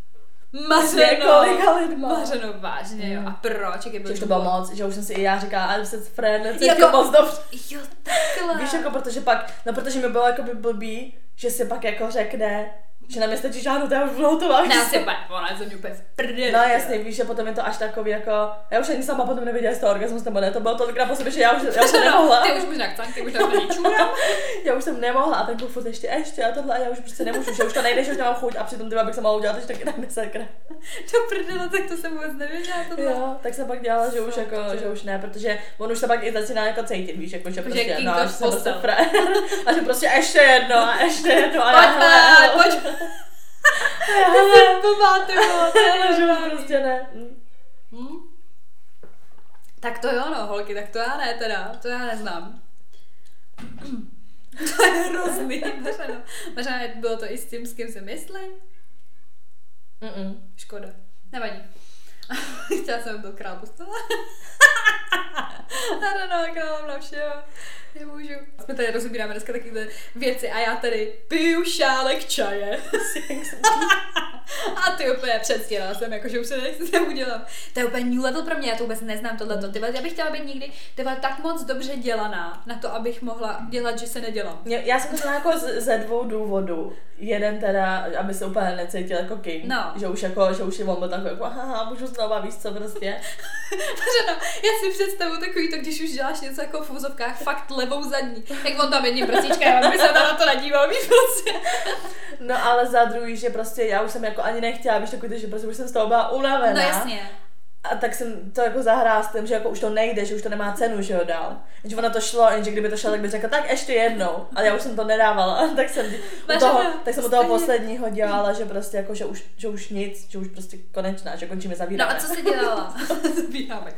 Mařeno, vážně, jo. A proč? Že to bylo moc, že už jsem si i já říkala, ale se Fred necítil moc dobře. Jo, takhle. Víš, jako protože mi bylo jako by blbý, že si pak jako řekne, že na mě stačí žádnou, to já už byla hotová. Ne, asi ona je ze mě úplně v prdeli. No jasně, víš, že potom je to až takový jako, já už ani sama potom nevěděla, jestli to orgasmus nebo ne, to bylo tolikrát po sobě, že já už nemohla. Ty už možná chcánk, ty už tam čůra. Já už jsem nemohla a ten kluk furt ještě a tohle a já už prostě nemůžu, že už to nejde, že už nemám chuť a přitom ty bych se mohla udělat ještě taky tak 10krát. To prdele, tak to jsem vůbec nevěděla tohle. Jo, tak jsem pak dělala, že už jako, že už ne, protože on už se pak i začíná jako cítit, víš, jako že prostě, no, že jsem prostě frajer. A že prostě ještě jedno a já pojď. To si pamatuju, že prostě ne. Tak to jo, no, holky, tak to já ne teda, to já neznám. To je hrozný, možná bylo to i s tím, s kým si myslím? Škoda, nevadí. Chtěla jsem byl král postele. No, králem na všeho. Nemůžu. Jsme tady rozbíráme dneska takové věci a já tady piju šálek čaje. A ty úplně předstírala jsem, jako, že už se neudělám. To je úplně new level pro mě, já to vůbec neznám tohleto. Já bych chtěla být někdy tak moc dobře dělaná na to, abych mohla dělat, že se nedělám. Já jsem to znala jako ze 2 důvodů. Jeden teda, aby se úplně necítil jako king. No. Že už je on byl takový, jako můžu znova, víš co prostě. Já si představu takový to, když už děláš něco jako v úzovkách fakt levou zadní. Jak on tam jedním prstíčkem, aby se na to nadíval, víš prostě. No ale za druhý, že prostě já už jsem jako ani nechtěla, víš takový, že prostě už jsem z toho byla unavená. No jasně. A tak jsem to jako zahrála s tím, že jako už to nejde, že už to nemá cenu, že jo, dál. Že ono to šlo, jenže kdyby to šlo, tak bych řekla, tak ještě jednou. Ale já už jsem to nedávala, tak jsem u toho posledního dělala, že prostě jako, že už nic, že už prostě konečná, že končíme, zavíráme. No a co jsi dělala? Zavíráme,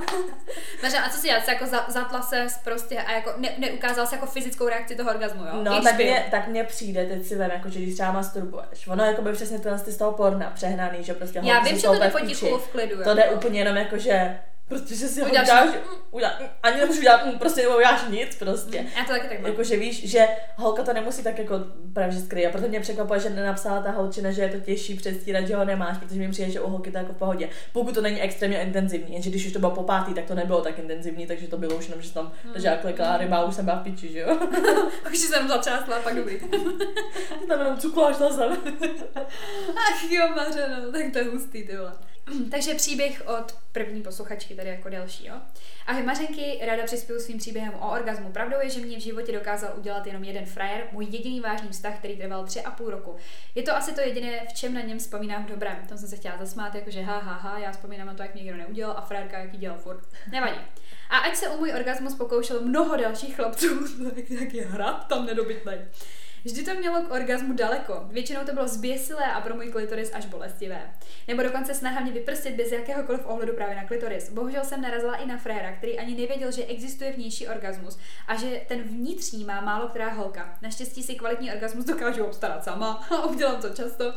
a co jsi dělala? Jako zatla ses prostě a jako neukázala se jako fyzickou reakci toho orgazmu, jo? No, tak mně přijde, teď si vem, jako, že když třeba masturbuješ. Ono jako by přesně z toho porna přehnaný, že prostě já vím, že to jde potichu v klidu. To jde úplně jenom jako, že prostě, že si ho uděláš, ani nemůžu udělat, prostě neuděláš nic prostě. Já to taky tak mám. Jakože víš, že holka to nemusí tak jako právě skryt. A proto mě překvapuje, že nenapsala ta holčina, že je to těžší předstírat, že ho nemáš, protože mi přijde, že u holky to jako v pohodě. Pokud to není extrémně intenzivní, jenže když už to bylo po pátý, tak to nebylo tak intenzivní, takže to bylo už jenom, že tam držela klikala ryba, už jsem byla v piči, že jo. Už jsem začásla, pak dobrý. Tam jenom cukláš na zem. Ach jo, Mařeno, tak to je hustý, ty vole. Takže příběh od první posluchačky, tady jako další, jo. Ahoj Mařenky, ráda přispěju svým příběhem o orgazmu. Pravdou je, že mě v životě dokázal udělat jenom jeden frajer, můj jediný vážný vztah, který trval 3,5 roku. Je to asi to jediné, v čem na něm vzpomínám v dobrém. Tam jsem se chtěla zasmát, jakože já vzpomínám na to, jak mě někdo neudělal a frérka, jak ji dělal furt. Nevadí. A ať se o můj orgasmus pokoušel mnoho dalších chlapců, tak je hrad tam nedobytnej. Vždy to mělo k orgazmu daleko. Většinou to bylo zběsilé a pro můj klitoris až bolestivé. Nebo dokonce snaha mě vyprstit bez jakéhokoliv ohledu právě na klitoris. Bohužel jsem narazila i na fréra, který ani nevěděl, že existuje vnější orgasmus a že ten vnitřní má málo která holka. Naštěstí si kvalitní orgasmus dokážu obstarat sama a udělám to často.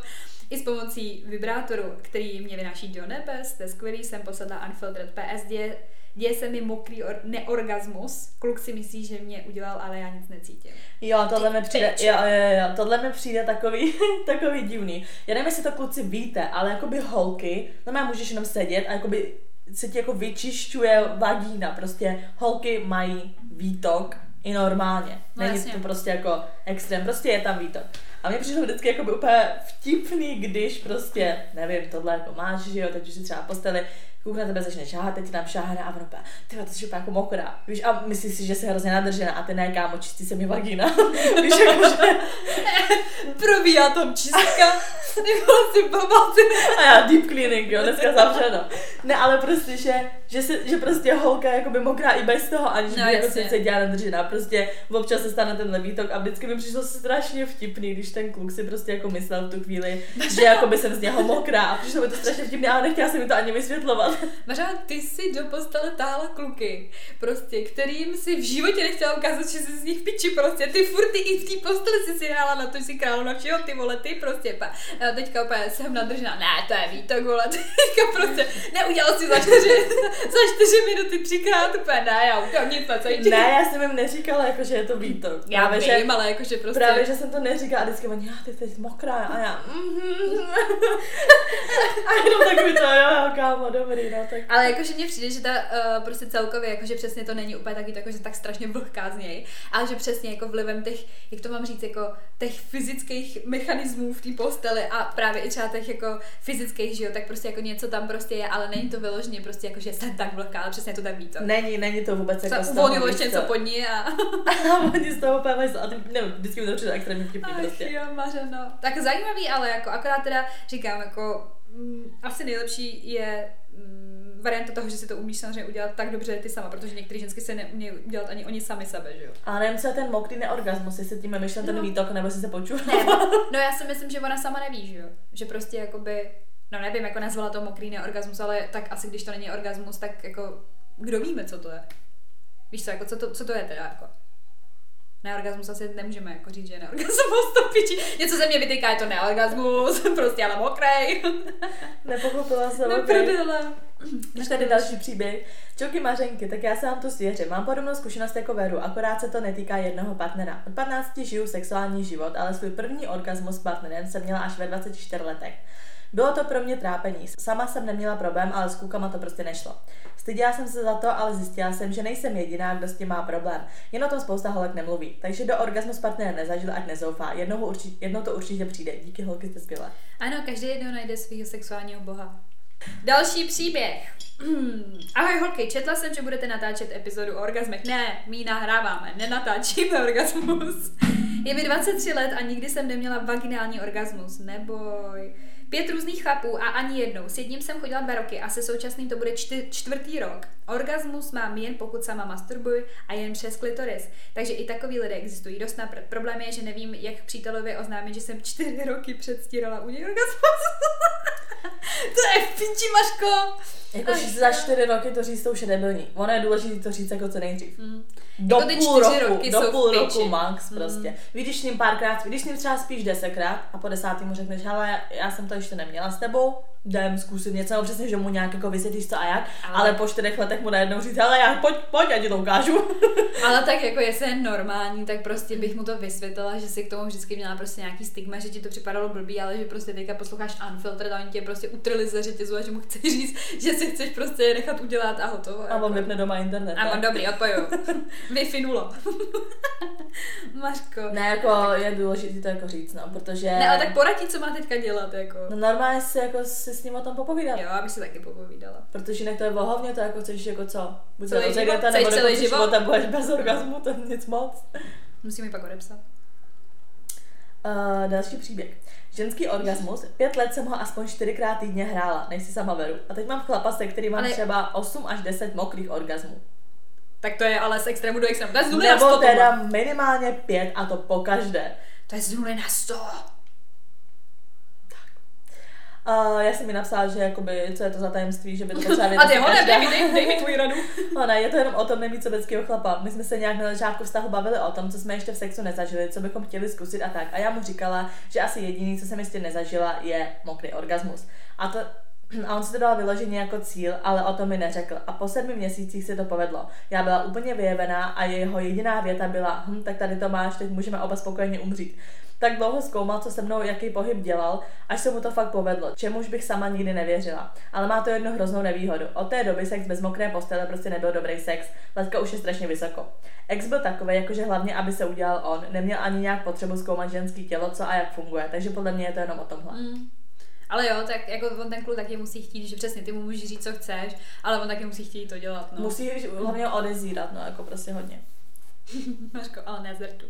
I s pomocí vibrátoru, který mě vynáší do nebes, to je skvělý, jsem posadla Unfiltered PS, děje se mi mokrý neorgasmus. Kluk si myslí, že mě udělal, ale já nic necítím. Jo, tohle mi přijde takový divný. Já nevím, jestli to kluci víte, ale jakoby holky, no můžeš jenom sedět a jakoby se ti jako vyčišťuje vagína, prostě holky mají výtok i normálně. Není to prostě jako extrém, prostě je tam výtok. A mně přišlo vždycky jakoby úplně vtipný, když prostě, nevím, tohle jako máš, že jo, teď už si třeba posteli, kluk na tebe začne šáhat, teď ti tam šáhne a ono ty to jsi úplně jako mokrá. Víš, a myslíš si, že jsi hrozně nadržená a ty ne, kámo, čistí se mi vagína. Víš, jakože... Probíhá tam čistka, nebo si babaty. A já deep cleaning, jo, dneska zavřeno. Ne, ale prostě, že prostě holka je jakoby mokrá i bez toho, aniž by jako se dělá nadržená. Prostě občas se stane tenhle výtok a vždycky mi přišlo strašně vtipný, když ten kluk si prostě jako myslel v tu chvíli, že jakoby jsem z něho mokrá a přišlo mi to strašně vtipný, ale nechtěla jsem mi to ani vysvětlovat. Mařa, ty si do postele táhla kluky, prostě, kterým si v životě nechtěla ukázat, že jsi z nich piči, prostě, ty furt i v té posteli si hrála na to, že jsi královna všeho, ty vole, ty prostě, teďka úplně jsem nadržená, ne, to je výtok, vole, teďka prostě, neudělal si za 4 minuty 3krát, úplně, ne, já udělal nic, co ne, já jsem jim neříkala, jako, že je to výtok. Já vím, ale jakože prostě. Právě, že jsem to neříkala a vždycky oni, ty jsi mokrá a já, a jenom tak mi to, jo, kámo, dobrý, no, tak. Ale jakože mně přijde, že ta prostě celkově, jakože přesně to není úplně taky jako, že tak strašně vlhká z něj, ale že přesně jako vlivem těch, jak to mám říct, jako těch fyzických mechanismů v té posteli a právě i třeba těch jako fyzických, že jo, tak prostě jako něco tam prostě je, ale není to vyloženě prostě jako, že jsem tak vlhká, ale přesně to tak ví to. Není to vůbec jako z toho uvolnilo ještě něco pod ní a oni z toho úplně a ty, nevím, vždycky mi to přijde extrémně vtipný prostě. Jo, Mařeno. Tak zajímavý, ale jako akorát teda říkám, jako asi nejlepší je varianta toho, že si to umíš samozřejmě udělat tak dobře ty sama, protože některé žensky se neumějí udělat ani oni sami sebe, že jo. A nevím, co je ten mokrý neorgasmus, jestli tím myšlen ten výtok, nebo si se počula. No já si myslím, že ona sama neví, že jo. Že prostě jakoby, no nevím, jako nazvala to mokrý neorgasmus, ale tak asi když to není orgasmus, tak jako kdo víme, co to je. Víš co, jako co to je teda jako. Neorgasmus asi nemůžeme jako říct, že je neorgasmus, to piči. Něco ze mě vytýká, je to neorgasmus, prostě ale mokrej. Nepochopila jsem, neprodala. Když tady další příběh. Čauky Mařenky, tak já se vám tu svěřím. Mám podobnou zkušenost jako Veru, akorát se to netýká jednoho partnera. Od 15 žiju sexuální život, ale svůj první orgasmus s partnerem jsem měla až ve 24 letech. Bylo to pro mě trápení. Sama jsem neměla problém, ale s klukama to prostě nešlo. Styděla jsem se za to, ale zjistila jsem, že nejsem jediná, kdo s tím má problém. Jen o tom spousta holek nemluví. Takže do orgasmu s partnerem nezažil, ať nezoufá. Jednou to určitě přijde. Díky, holky, jste skvělé. Ano, každý jednou najde svého sexuálního boha. Další příběh. Ahoj holky, četla jsem, že budete natáčet epizodu o orgasmech. Ne, my ji nahráváme, nenatáčíme orgasmus. Je mi 23 let a nikdy jsem neměla vaginální orgasmus. Neboj. 5 různých chlapů a ani jednou. S jedním jsem chodila 2 roky a se současným to bude 4. rok. Orgasmus mám jen pokud sama masturbuji a jen přes klitoris. Takže i takový lidé existují. Dost problém je, že nevím, jak přítelovi oznámit, že jsem 4 roky předstírala u něj orgasmus. To je v piči, Maško. Jako za 4 roky to říct, to už je debilní. Ono je důležité to říct jako co nejdřív. Do jako půl roku max prostě. Víš, když s ním třeba spíš 10krát a po 10. mu řekneš, hele, já jsem to ještě neměla s tebou, jdem zkusit něco, no přesně, že mu nějak jako vysvětlíš co a jak, ale po 4 letech mu najednou říct, hele, pojď, já ti to ukážu. Ale tak jako jestli je normální, tak prostě bych mu to vysvětlila, že si k tomu vždycky měla prostě nějaký stigma, že ti to připadalo blbý, ale že prostě teďka posloucháš Unfiltered a oni tě prostě utrli ze řetězu a že mu chceš říct, že si chceš prostě nechat udělat a hotovo. A on vypne doma internet. A on dobrý, odpoju. Wi-Fi 0. Mařko. Ne, jako je důležité to jako říct, no, protože... Ne, ale tak poradí, co má teďka dělat, jako. No normálně si jako si s ním o tom popovídat. Jo, abych si taky popovídala. Protože jinak to je vohovně, to jako chceš jako co? Buď celý se život, nebo celý život a budeš bez orgasmu, to je nic moc. Musím ji pak odepsat. Další příběh. Ženský orgasmus, 5 let jsem ho aspoň 4krát týdně hrála, než si sama Veru. A teď mám chlapa, se kterým mám třeba 8 až 10 mokrých orgasmů. Tak to je ale z extrému do extrému. To je z 0 na 100. Nebo teda minimálně 5 a to pokaždé. To je z 0 na 100. Tak. Já jsem mi napsala, že jakoby, co je to za tajemství, že by to potřeba vědět. A ty ho dej mi tvůj radu. No ne, je to jenom o tom nemít sobeckého chlapa. My jsme se nějak na začátku vztahu bavili o tom, co jsme ještě v sexu nezažili, co bychom chtěli zkusit a tak. A já mu říkala, že asi jediný, co jsem ještě nezažila, je mokrý orgasmus. A on si to dal vyloženě jako cíl, ale o tom mi neřekl. A po 7 měsících se to povedlo. Já byla úplně vyjevená a jeho jediná věta byla, tak tady to máš, teď můžeme oba spokojeně umřít. Tak dlouho zkoumal, co se mnou, jaký pohyb dělal, až se mu to fakt povedlo, čemuž bych sama nikdy nevěřila. Ale má to jednu hroznou nevýhodu. Od té doby sex bez mokré postele prostě nebyl dobrý sex, laťka už je strašně vysoko. Ex byl takový, jakože hlavně, aby se udělal on, neměl ani nějak potřebu zkoumat ženský tělo, co a jak funguje, takže podle mě je to jenom o tomhle. Ale jo, tak jako on ten kluk taky musí chtít, že přesně ty mu můžeš říct, co chceš, ale on taky musí chtít to dělat, no. Musí hlavně odezírat, no, jako prostě hodně. Mařko, ale nezertu.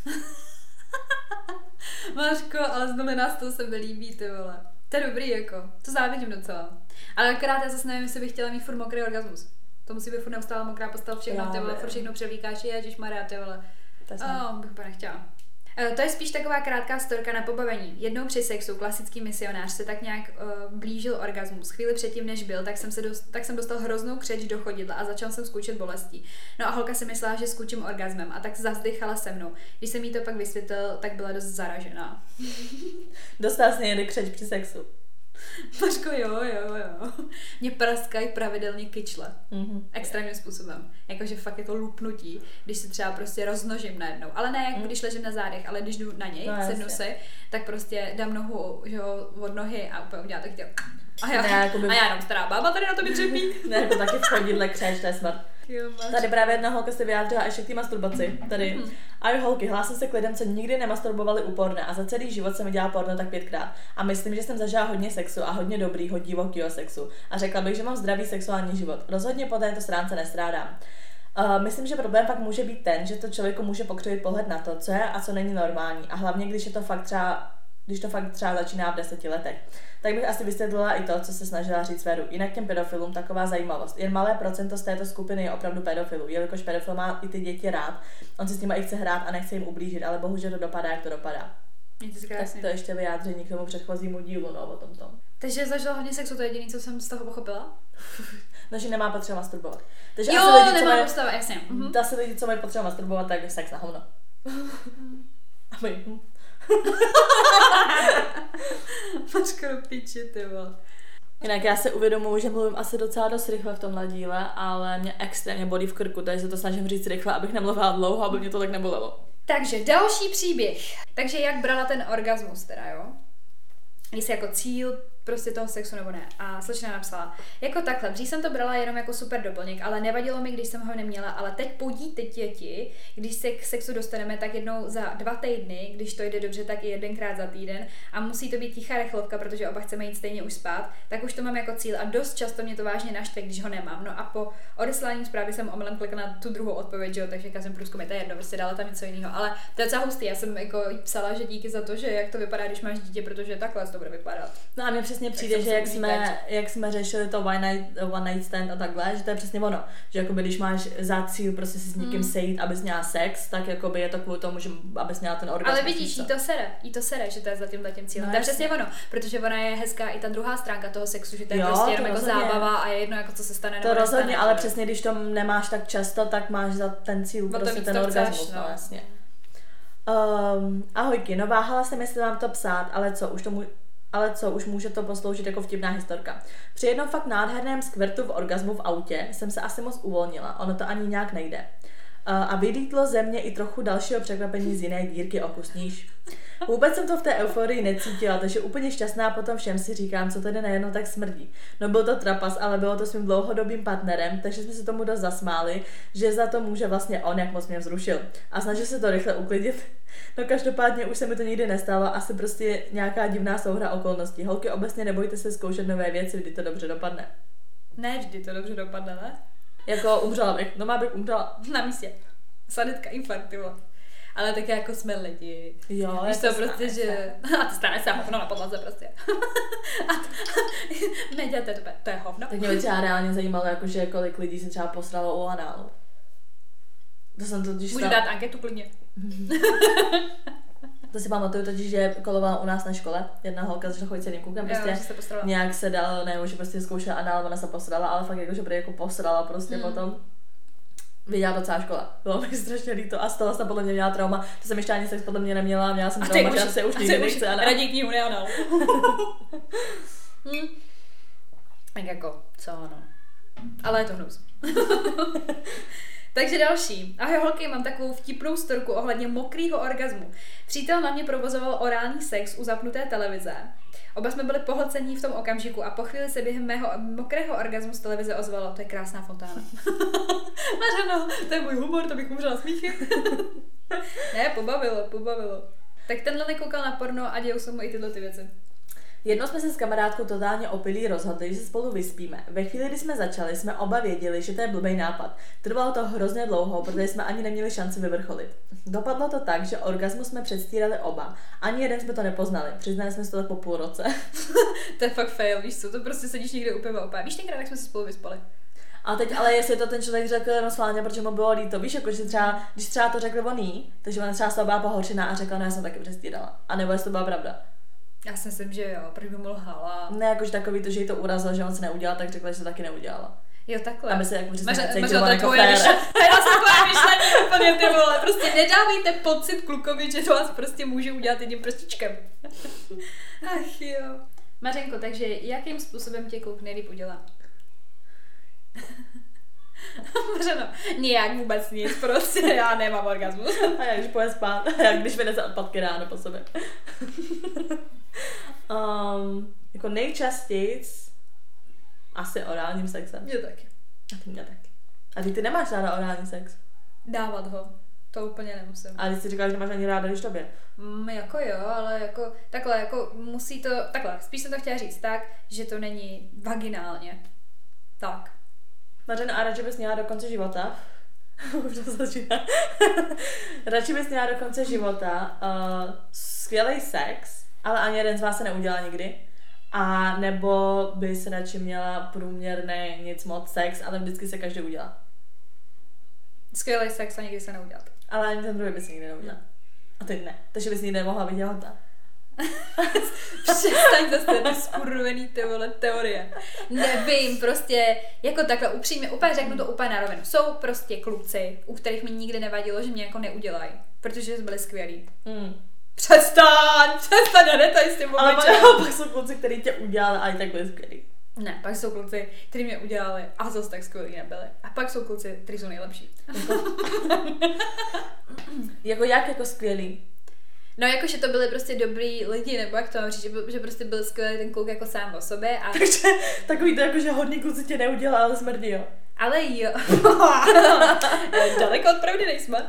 Mařko, ale znovu nás to se mi líbí, ty vole. To je dobrý, jako. To závidím docela. Ale akorát já zase nevím, jestli bych chtěla mít furt mokrý orgasmus. To musí být furt neustále mokrá postel, všechno, ty vole, furt všechno převlíkáš, ježišmarja, ty vole. Bych úplně nechtěla. To je spíš taková krátká storka na pobavení. Jednou při sexu klasický misionář se tak nějak blížil orgasmus. Chvíli předtím, než byl, tak jsem dostal hroznou křeč do chodidla a začal jsem skůčet bolestí. No a holka si myslela, že skůčím orgasmem a tak zavzdychala se mnou. Když jsem jí to pak vysvětlil, tak byla dost zaražená. Dostal jsi někdy křeč při sexu? Mařko, jo. Mě praskají pravidelně kyčle. Extrémním způsobem. Jakože fakt je to lupnutí, když se třeba prostě roznožím najednou. Ale ne jako když ležím na zádech, ale když jdu na něj, sednu si, tak prostě dám nohu, že jo, od nohy a úplně udělám tak dělám. A já jenom stará bába tady na to vydřepí. Ne, jako taky v chodidle křeč, to je smrt. Tady právě jedna holka se vyjádřila ještě k té masturbaci. Tady. A holky, hlásím se k lidem, co nikdy nemasturbovali u porna a za celý život jsem dělala porno tak 5krát. A myslím, že jsem zažila hodně sexu a hodně dobrýho, divokýho sexu. A řekla bych, že mám zdravý sexuální život. Rozhodně po této stránce nestrádám. Myslím, že problém fakt může být ten, že to člověku může pokřivit pohled na to, co je a co není normální. A hlavně, když to fakt třeba začíná v 10 letech. Tak bych asi vysvětlila i to, co se snažila říct Veru. Jinak těm pedofilům taková zajímavost. Jen malé procento z této skupiny je opravdu pedofilů, jelikož pedofil má i ty děti rád, on si s nimi i chce hrát a nechce jim ublížit, ale bohužel to dopadá, jak to dopadá. Tak to ještě vyjádření k tomu předchozímu dílu, no, o tomto. Takže zažila hodně sexu, to je jediné, co jsem z toho pochopila? No, že nemá potřeba masturbovat. Takže jo, asi lidi, nemá postava, jasně. Asi lidi, co mají potřeba masturbovat, tak je sex na hovno. A my. Mačko do piči, ty vole. Jinak já se uvědomuji, že mluvím asi docela dost rychle v tomhle díle, ale mě extrémně bolí v krku, takže se to snažím říct rychle, abych nemluvila dlouho, aby mě to tak nebolelo. Takže další příběh. Takže jak brala ten orgasmus teda, jo? Jestli jako cíl prostě toho sexu nebo ne. A slečna napsala, jako takhle, dřív jsem to brala jenom jako super doplněk, ale nevadilo mi, když jsem ho neměla, ale teď děti, když se k sexu dostaneme, tak jednou za 2 týdny, když to jde dobře, tak i 1krát za týden a musí to být tichá rychlovka, protože oba chceme jít stejně už spát, tak už to mám jako cíl a dost často mě to vážně naštve, když ho nemám. No a po odeslání zprávy jsem omylem klikla na tu druhou odpověď, že jo, takže jsem průzkum, to je jedno, prostě dala tam něco jiného, ale to je docela hustý. Já jsem jako psala, že díky za to, že jak to vypadá, když máš dítě, protože takhle to bude vypadat. No a mně přesně přijde, že jak jsme řešili to one night stand a takhle, že to je přesně ono, že jakoby když máš za cíl prostě si s někým sejít, abys měla sex, tak jakoby je to kvůli tomu, že abys měla ten orgasmus. Ale vidíš, jí to sere, že to je za tímhletím cílem. No, to je přesně ono, protože ona je hezká i ta druhá stránka toho sexu, že to je prostě jenom jako zábava a je jedno, jako co se stane. To rozhodně, ale přesně když to nemáš tak často, tak máš za ten cíl prostě ten orgasmus, no jasně. Ahojky, no váhala jsem, jestli vám to psát, ale co, už může to posloužit jako vtipná historka. Při jednom fakt nádherném skvrtu v orgasmu v autě jsem se asi moc uvolnila, ono to ani nějak nejde. A vylítlo ze mě i trochu dalšího překvapení z jiné dírky, okusníš. Vůbec jsem to v té euforii necítila, takže úplně šťastná potom všem si říkám, co tady najednou tak smrdí. No byl to trapas, ale bylo to s mým dlouhodobým partnerem, takže jsme se tomu dost zasmáli, že za to může vlastně on, jak moc mě vzrušil. A snažil se to rychle uklidit. No každopádně už se mi to nikdy nestalo, asi prostě nějaká divná souhra okolností. Holky, obecně nebojte se zkoušet nové věci, kdy to dobře dopadne. Ne, vždy to dobře dopadne, ne? Jako umřela bych, no má bych umřela. Na místě. Sanitka, infarkt, ty vole. Ale tak jako jsme lidi. Jo, víš to prostě, že... A to stane se hovno na podlaze prostě. Nedělejte to je hovno. Tak mě by třeba reálně zajímalo, jakože kolik lidí se třeba posralo u análu. To jsem to Můžu dát anketu klidně. To si pamatuju totiž, že kolovala u nás na škole jedna holka, začala chodit s jedným klukem, prostě nějak se dal, ne, že prostě zkoušela anál, ona se posrala, ale fakt jako, že bude jako posrala prostě potom. Viděla to celá škola. Bylo mi strašně líto a z toho jsem podle mě měla trauma. To jsem ještě ani sex podle mě neměla, měla jsem trauma, že se už nikdy nechce anál. Raději knihu neanál. Tak jako, co ono. Ale je to hnus. Takže další. Ahoj holky, mám takovou vtipnou storku ohledně mokrýho orgazmu. Přítel na mě provozoval orální sex u zapnuté televize. Oba jsme byli pohlcení v tom okamžiku a po chvíli se během mého mokrého orgazmu z televize ozvalo, to je krásná fontána. Mařeno, to je můj humor, to bych umřela smíchem. Ne, pobavilo. Tak tenhle nekoukal na porno a dějou se mu i tyhle ty věci. Jednou jsme se s kamarádkou totálně opilí rozhodli, že se spolu vyspíme. Ve chvíli, kdy jsme začali, jsme oba věděli, že to je blbej nápad. Trvalo to hrozně dlouho, protože jsme ani neměli šanci vyvrcholit. Dopadlo to tak, že orgasmus jsme předstírali oba. Ani jeden jsme to nepoznali. Přiznali jsme si to tak po půl roce. To je fakt fail, víš co? To prostě sedíš někde úplně opět. Víš tenkrát, jak jsme se spolu vyspali? A teď ale jestli to ten člověk řekl jenom schválně, protože mu bylo líto, víš, jako že třeba, když třeba to řekl on jí, takže ona třeba se byla pohoršená a řekla, no já jsem taky předstírala. A nebo jestli to byla pravda. Já si myslím, že jo, proč by mu lhala. Ne, jakože takový to, že jí to urazilo, že on se neudělal, tak řekla, že to taky neudělala. Jo, takhle. A my se jako přesně necítila jako fére. Já jsem tvoje myšlení úplně, ty vole. Prostě nedávejte pocit klukovi, že to vás prostě může udělat jedním prstičkem. Ach jo. Mařenko, takže jakým způsobem tě kluk nejlíp udělá? Mařeno, nijak vůbec nic, prostě já nemám orgasmus. A jak když půjde spát, jak když vynese odpadky ráno po sobě. Jako nejčastějc asi orálním sexem. Mě taky. A ty mě taky. A ty nemáš ráda orální sex? Dávat ho. To úplně nemusím. A ty si říkáš, že nemáš ani ráda, když tobě. Jako jo, ale jako takhle, jako musí to, takhle, spíš jsem to chtěla říct tak, že to není vaginálně. Tak. Mařeno, a radši bys měla do konce života, už to začíná, radši bys měla do konce života skvělý sex, ale ani jeden z vás se neudělá nikdy, a nebo bys radši měla průměrný nic moc sex, ale vždycky se každý udělá. Skvělý sex a nikdy se neudělat. Ale ani ten druhý bys nikdy neudělal. A ty ne, takže bys nikdy nemohla být těhotná. Přestaň zase ty skurvený teorie. Nevím, prostě jako takhle upřímně, úplně řeknu to úplně na rovinu. Jsou prostě kluci, u kterých mi nikdy nevadilo, že mě jako neudělají, protože byli skvělí. Přestaň a netaj s tím obličejem. Ale pak jsou kluci, kteří tě udělali a i tak byli skvělí. Ne, pak jsou kluci, kteří mě udělali a zase tak skvělí nebyli. A pak jsou kluci, kteří jsou nejlepší. Jako jak jako skvělí? No jakože to byli prostě dobrý lidi, nebo jak to mám říct, že prostě byl skvělý ten kluk jako sám o sobě. A... Takže takový to jako, že hodný kluci tě neudělá, ale smrdí, jo? Ale jo. Daleko od pravdy nejsme.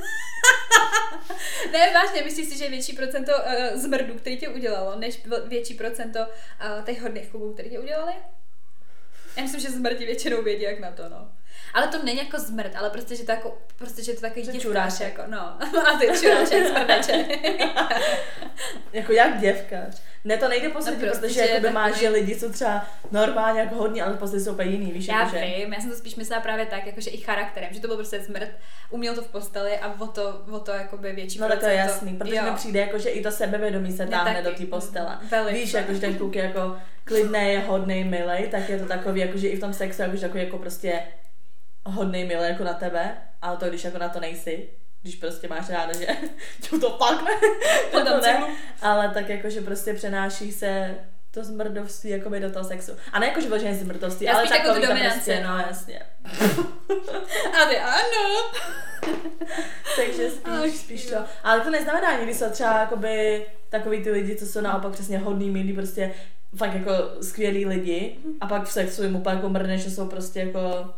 Ne, vážně, myslíš si, že je větší procento zmrdů, který tě udělalo, než větší procento těch hodných kluků, který tě udělali? Já myslím, že zmrdí většinou vědí, jak na to, no. Ale to není jako zmrt, ale prostě, že to jako, prostě, že to takový děvkáš, jako, no. A ty čurášek, smrdeček. Jako jak děvkáš? Ne, to nejde po světě, prostě, protože jakoby máš, že lidi jsou třeba normálně jako hodní, ale prostě jsou úplně jiný, víš? Já vím, já jsem to spíš myslela právě tak, jakože i charakterem, že to byl prostě zmrt, uměl to v posteli a o to jakoby větší procento. No to je jasný, protože mi přijde jako, že i to sebevědomí se táhne do té postele. Víš, jakože ten kluk je jako klidnej, hodnej, milej, tak je to takový, jakože i v tom sexu, jakože takový jako prostě hodnej, milej jako na tebe, ale to když jako na to nejsi, když prostě máš ráda, že to pak ne, ale tak jako, že prostě přenáší se to zmrdovství jakoby do toho sexu. A ne jako, že vyloženě zmrdovství, ale takový to prostě, no jasně. A ty ano. Takže spíš to. Ale to neznamená, někdy jsou třeba jakoby takový ty lidi, co jsou naopak přesně hodný, milí, prostě fakt jako skvělí lidi a pak v sexu jim úplně jako mrdne, že jsou prostě jako...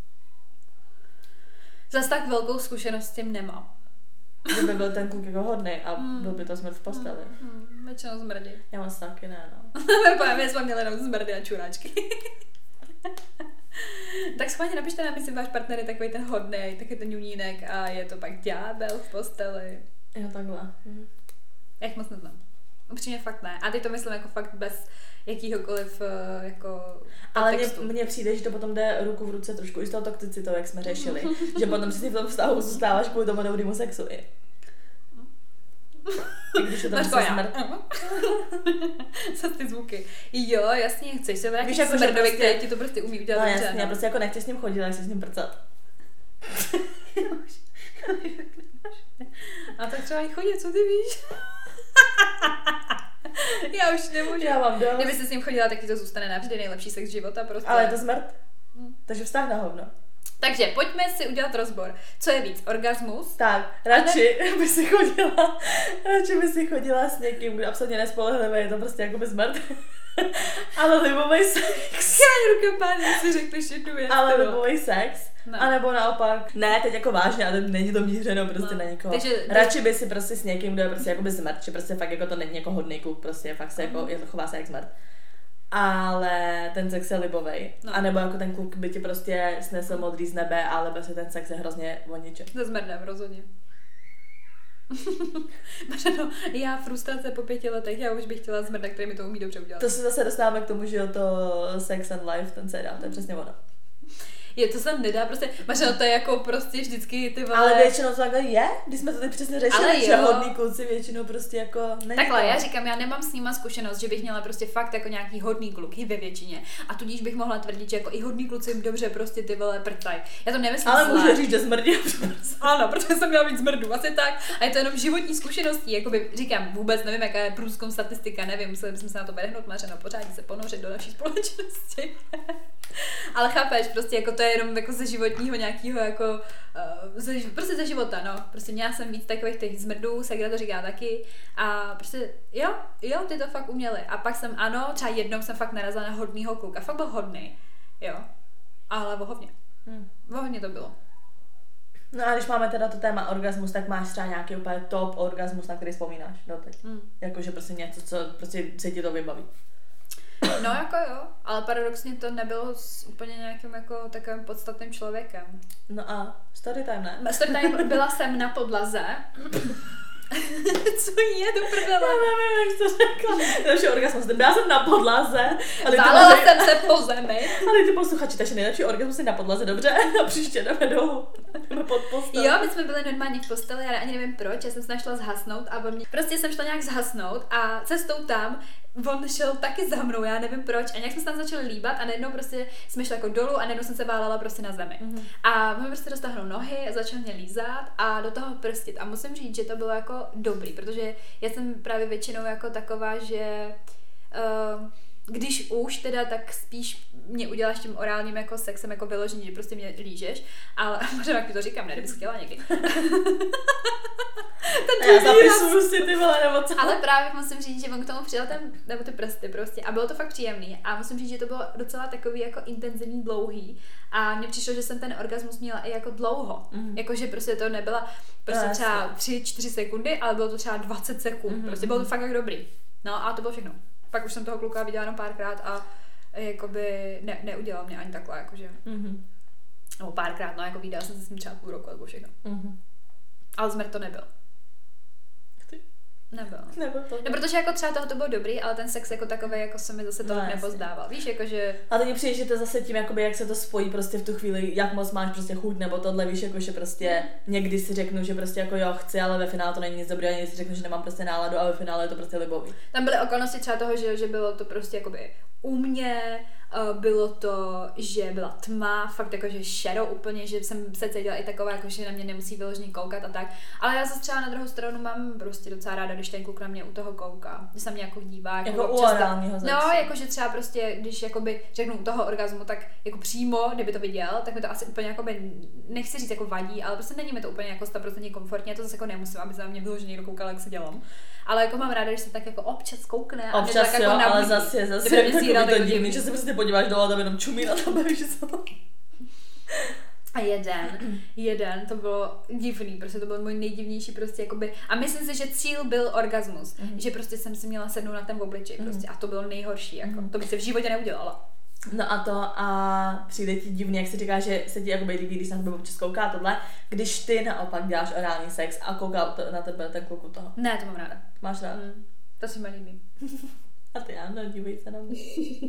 Zas tak velkou zkušenost s tím nemám. Že by byl ten kluk jako hodnej a byl by to smrt v posteli. Většinou zmrdí. Já moc taky ne, no. My jsme měli jenom zmrdy a čuráčky. Tak schválně napište nám, jestli váš partner je takový ten hodnej, taky ten junínek a je to pak ďábel v posteli. Jo, takhle. Já jich moc neznám. Upřímně fakt ne. A teď to myslím jako fakt bez jakýhokoliv jako ale mně přijde, že to potom jde ruku v ruce trošku i s tou toxicitou, jak jsme řešili. Že potom si v tom vztahu zůstáváš kvůli tomu dobrému sexu i. I když je to Mařko, prostě smrt. Co ty zvuky? Jo, jasně, chceš se vrátit jako, smrdovi, prostě... který ti to prostě umí udělat no, dobře. jasně, prostě jako nechci s ním chodit, ale chci s ním prcat. A tak třeba i chodit, co ty víš? Já už nemůžu. Já mám dost. Kdyby jsi s ním chodila, tak ti to zůstane navždy nejlepší sex života prostě. Ale je to smrt. Takže vztah na hovno. Takže pojďme si udělat rozbor. Co je víc, orgasmus? Tak, radši by si chodila s někým, kdo absolutně nespolehlivý, je to prostě jako by smrt. Ale libový sex. Já ruka pány, si řekneš jednu věc. Ale libový sex. No. A nebo naopak, ne, teď jako vážně, ale není to mířeno prostě na někoho. Takže, radši by si prostě s někým, kdo je prostě jako by smrt, že prostě fakt jako to není jako hodný kluk, prostě fakt se jako, je to chová se jak smrt. Ale ten sex je libovej. No. A nebo jako ten kluk by ti prostě snesl modrý z nebe, ale prostě ten sex je hrozně voniček. Se smrdem, rozhodně. No, já frustrace po 5 letech, já už bych chtěla smrda, který mi to umí dobře udělat. To se zase dostáváme k tomu, že jo, to Sex and Life, ten seriál, to je přesně ono. To se nedá, prostě, Mařeno, to je jako prostě vždycky ty vole... Ale většinou to takhle je, když jsme to teď přesně řešili, že hodný kluci většinou prostě jako není. Takhle, to. já říkám, já nemám s nima zkušenost, že bych měla prostě fakt jako nějaký hodný kluk, i ve většině. A tudíž bych mohla tvrdit, že jako i hodný kluci jim dobře prostě ty vole prtaj. Já to nemyslím ale zle. může říct, že smrdí. Ano, protože jsem měla víc zmrdu, asi tak. A je to jenom životní zkušeností, jakoby říkám, vůbec nevím, jaká je průzkum statistika, nevím, museli jsme se na to vrhnout, Mařeno, pořádně se ponořit do naší společnosti. Ale chápeš, prostě jako to je jenom jako ze životního nějakého jako, prostě ze života, no. Prostě měla jsem víc takových těch zmrdů, Segra to říká taky a prostě jo, ty to fakt uměli. A pak jsem, ano, třeba jednou jsem fakt narazila na hodnýho kluka, fakt byl hodný, jo. Ale vohovně. Vohovně to bylo. No a když máme teda to téma orgasmus, tak máš třeba nějaký úplně top orgasmus, na který vzpomínáš doteď. Jakože prostě něco, co prostě se ti to vybaví. No jako jo, ale paradoxně to nebylo s úplně nějakým jako takovým podstatným člověkem. No a story time, ne? Story time, byla jsem na podlaze. Co je to prdele? Já nevím, jak to řekla. Další orgasmus. Byla jsem na podlaze. Válela jsem se po zemi. Ale ty posluchači, takže nejlepší orgasmus je na podlaze, dobře? A příště jdeme dolů. Jdeme pod postel. Jo, my jsme byli normálně v posteli, já ani nevím proč, já jsem se našla zhasnout a prostě jsem šla nějak zhasnout a cestou tam on šel taky za mnou, já nevím proč a nějak jsme se tam začali líbat a najednou prostě jsme šli jako dolů a najednou jsem se válela prostě na zemi. A on prostě dostal nohy, začal mě lízat a do toho prstit a musím říct, že to bylo jako dobrý, protože já jsem právě většinou jako taková, že když už teda, tak spíš mě uděláš tím orálním jako sexem jako vyložení, že prostě mě lížeš, ale možná jak ti to říkám, ne, kdybys chtěla někdy. Já zapisuju si ty vole, nebo co? Ale právě musím říct, že on k tomu přidal nebo ty prsty prostě a bylo to fakt příjemný a musím říct, že to bylo docela takový jako intenzivní, dlouhý a mně přišlo, že jsem ten orgasmus měla i jako dlouho, jakože prostě to nebyla prostě třeba 3-4 sekundy, ale bylo to třeba 20 sekund, prostě bylo to fakt jak dobrý. No a to bylo všechno. Pak už jsem toho kluka viděla jenom párkrát a jakoby neudělal mě ani takhle, jakože. Nebo párkrát, no jako viděla jsem se s ním třeba půl roku, nebo všechno. Ale zmrt to nebyl. Nebyl to. No, protože jako třeba toho to bylo dobrý, ale ten sex jako takový jako se mi zase tolik nepozdával. Víš, jakože... A teď mi přijde, že to zase tím, jakoby, jak se to spojí prostě v tu chvíli, jak moc máš prostě chuť nebo tohle, víš, jako, že prostě někdy si řeknu, že prostě jako jo, chci, ale ve finále to není nic dobrého, někdy si řeknu, že nemám prostě náladu a ve finále je to prostě libový. Tam byly okolnosti třeba toho, že bylo to prostě jakoby u mě, bylo to, že byla tma, fakt jakože shadow úplně, že jsem se cítila i taková, jako, že na mě nemusí vyloženě koukat a tak. Ale já zase třeba na druhou stranu mám prostě docela ráda, když ten kluk na mě u toho kouká, že se mě jako dívá. Jako u orálního sexu. No, jakože třeba prostě, když jakoby řeknu u toho orgazmu, tak jako přímo, kdyby to viděl, tak mi to asi úplně jakoby, nechci říct jako vadí, ale prostě není mi to úplně jako 100% komfortně, já to zase jako nemusím, aby se na mě vyloženě někdo koukal, jak se dělám. Ale jako mám ráda, když se tak jako občas koukne a občas tak jo, jako ale zase jako to divný, že se prostě podíváš dolů a tam jenom čumí na tebe, víš co? A jeden, to bylo divný, prostě to byl můj nejdivnější prostě jakoby, a myslím si, že cíl byl orgasmus, že prostě jsem si měla sednout na ten obličej prostě a to bylo nejhorší, jako, to bych se v životě neudělala. No a přijde ti divný, jak se říká, že se ti jakoby líbí, když se na tebe občas kouká tohle, když ty naopak děláš orální sex a kouká na tebe ten kluk u toho. Ne, to mám ráda. Máš rád? To se mi líbí. A ty Anno, dívej se na mě.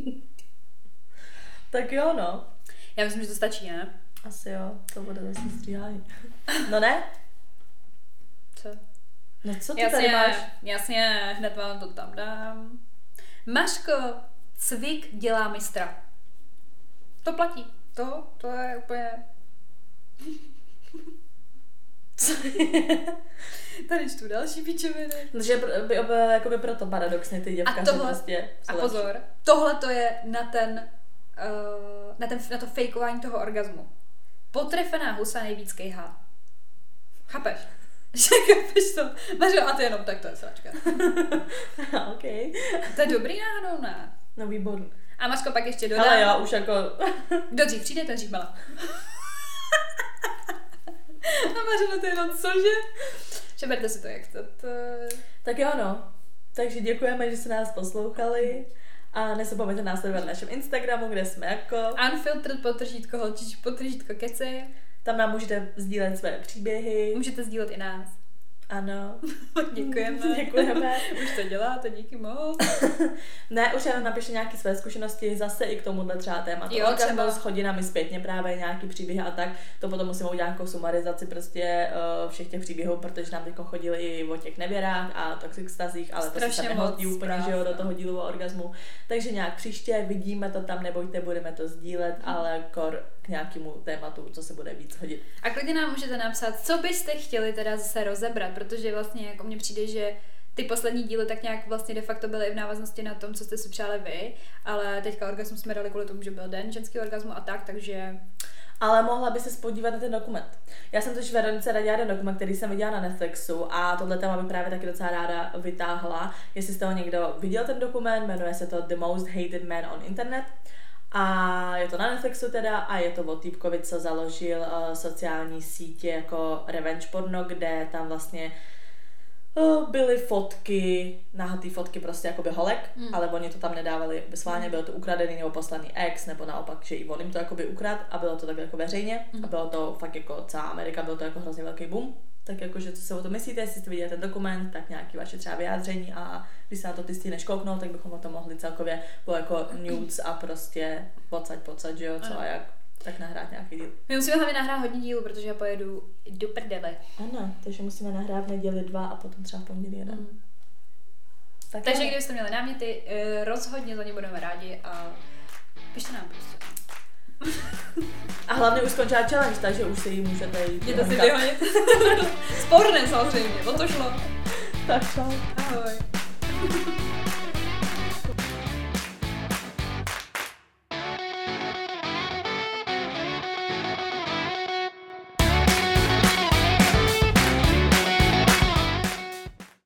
Tak jo, no. Já myslím, že to stačí, ne? Asi jo, to bude zase stříhání. No ne? Co? No co ty tady máš? Jasně, hned vám to tam dám. Maško, cvik dělá mistra. To platí. To je úplně... Tady čtu další pičoviny. Takže jakoby proto paradoxně ty děvka se prostě... A pozor, tohle to je na to fejkování toho orgazmu. Potrefená husa nejvíc kejhá. Chápeš? Chápeš to? Mařo, a ty jenom tak, to je sračka. Okay. To je dobrý náhodou, ne? No výborný. A Mařko pak ještě dodá... Ale jo, už jako... Kdo dřív přijde, ten dřív mala. A Mařo, to je jenom cože? Přeberte si to, jak to... Tak jo, no. Takže děkujeme, že jste nás poslouchali. A nezapomeňte následovat na našem Instagramu, kde jsme jako... Unfiltered _holčičky keci. Tam nám můžete sdílet své příběhy. Můžete sdílet i nás. Ano. Děkujeme. Děkujeme. Už to děláte, díky moc. Ne, už jenom napište nějaké své zkušenosti zase i k tomuhle třeba tématu. Jo, třeba s hodinami zpětně právě nějaký příběhy a tak. To potom musíme udělat nějakou sumarizaci prostě všech těch příběhů, protože nám teď chodili i o těch nevěrách a toxic stazích, ale strašně to se nehodí úplně, že jo, do toho dílu o orgazmu. Takže nějak příště vidíme to tam, nebojte, budeme to sdílet, ale k nějakému tématu, co se bude víc hodit. A klidně nám můžete napsat, co byste chtěli teda zase rozebrat, protože vlastně jako mně přijde, že ty poslední díly tak nějak vlastně de facto byly i v návaznosti na tom, co jste si přáli vy, ale teďka orgasmus jsme dali kvůli tomu, že byl den ženského orgasmu a tak, takže... Ale mohla by se podívat na ten dokument. Já jsem totiž Veronice radila jeden dokument, který jsem viděla na Netflixu a tohle téma bych právě taky docela ráda vytáhla. Jestli jste ho někdo viděl ten dokument, jmenuje se to The Most Hated Man on Internet. A je to na Netflixu teda a je to o týpkovi, co založil sociální sítě jako revenge porno, kde tam vlastně byly fotky, nahatý fotky prostě jakoby holek, ale oni to tam nedávali schválně, bylo to ukradený nebo poslaný ex, nebo naopak, že i on jim to jakoby ukrad a bylo to tak jako veřejně a bylo to fakt jako celá Amerika, byl to jako hrozně velký boom. Tak jakože co se o to myslíte, jestli jste viděli ten dokument, tak nějaký vaše třeba vyjádření a když se na to ty stihneš kouknout, tak bychom o tom mohli celkově po jako nudes a prostě pocať, že jo, co a jak, tak nahrát nějaký díl. My musíme hlavně nahrát hodně dílů, protože já pojedu do prdele. Ano, takže musíme nahrát v neděli 2 a potom třeba v pondělí 1. Takže kdybyste měli náměty, rozhodně za ně budeme rádi a pište nám prostě. A hlavně už skončila challenge, takže už si ji můžete jít. Jděte si vyhonit. Sporné samozřejmě, o to šlo. Tak čau. Ahoj.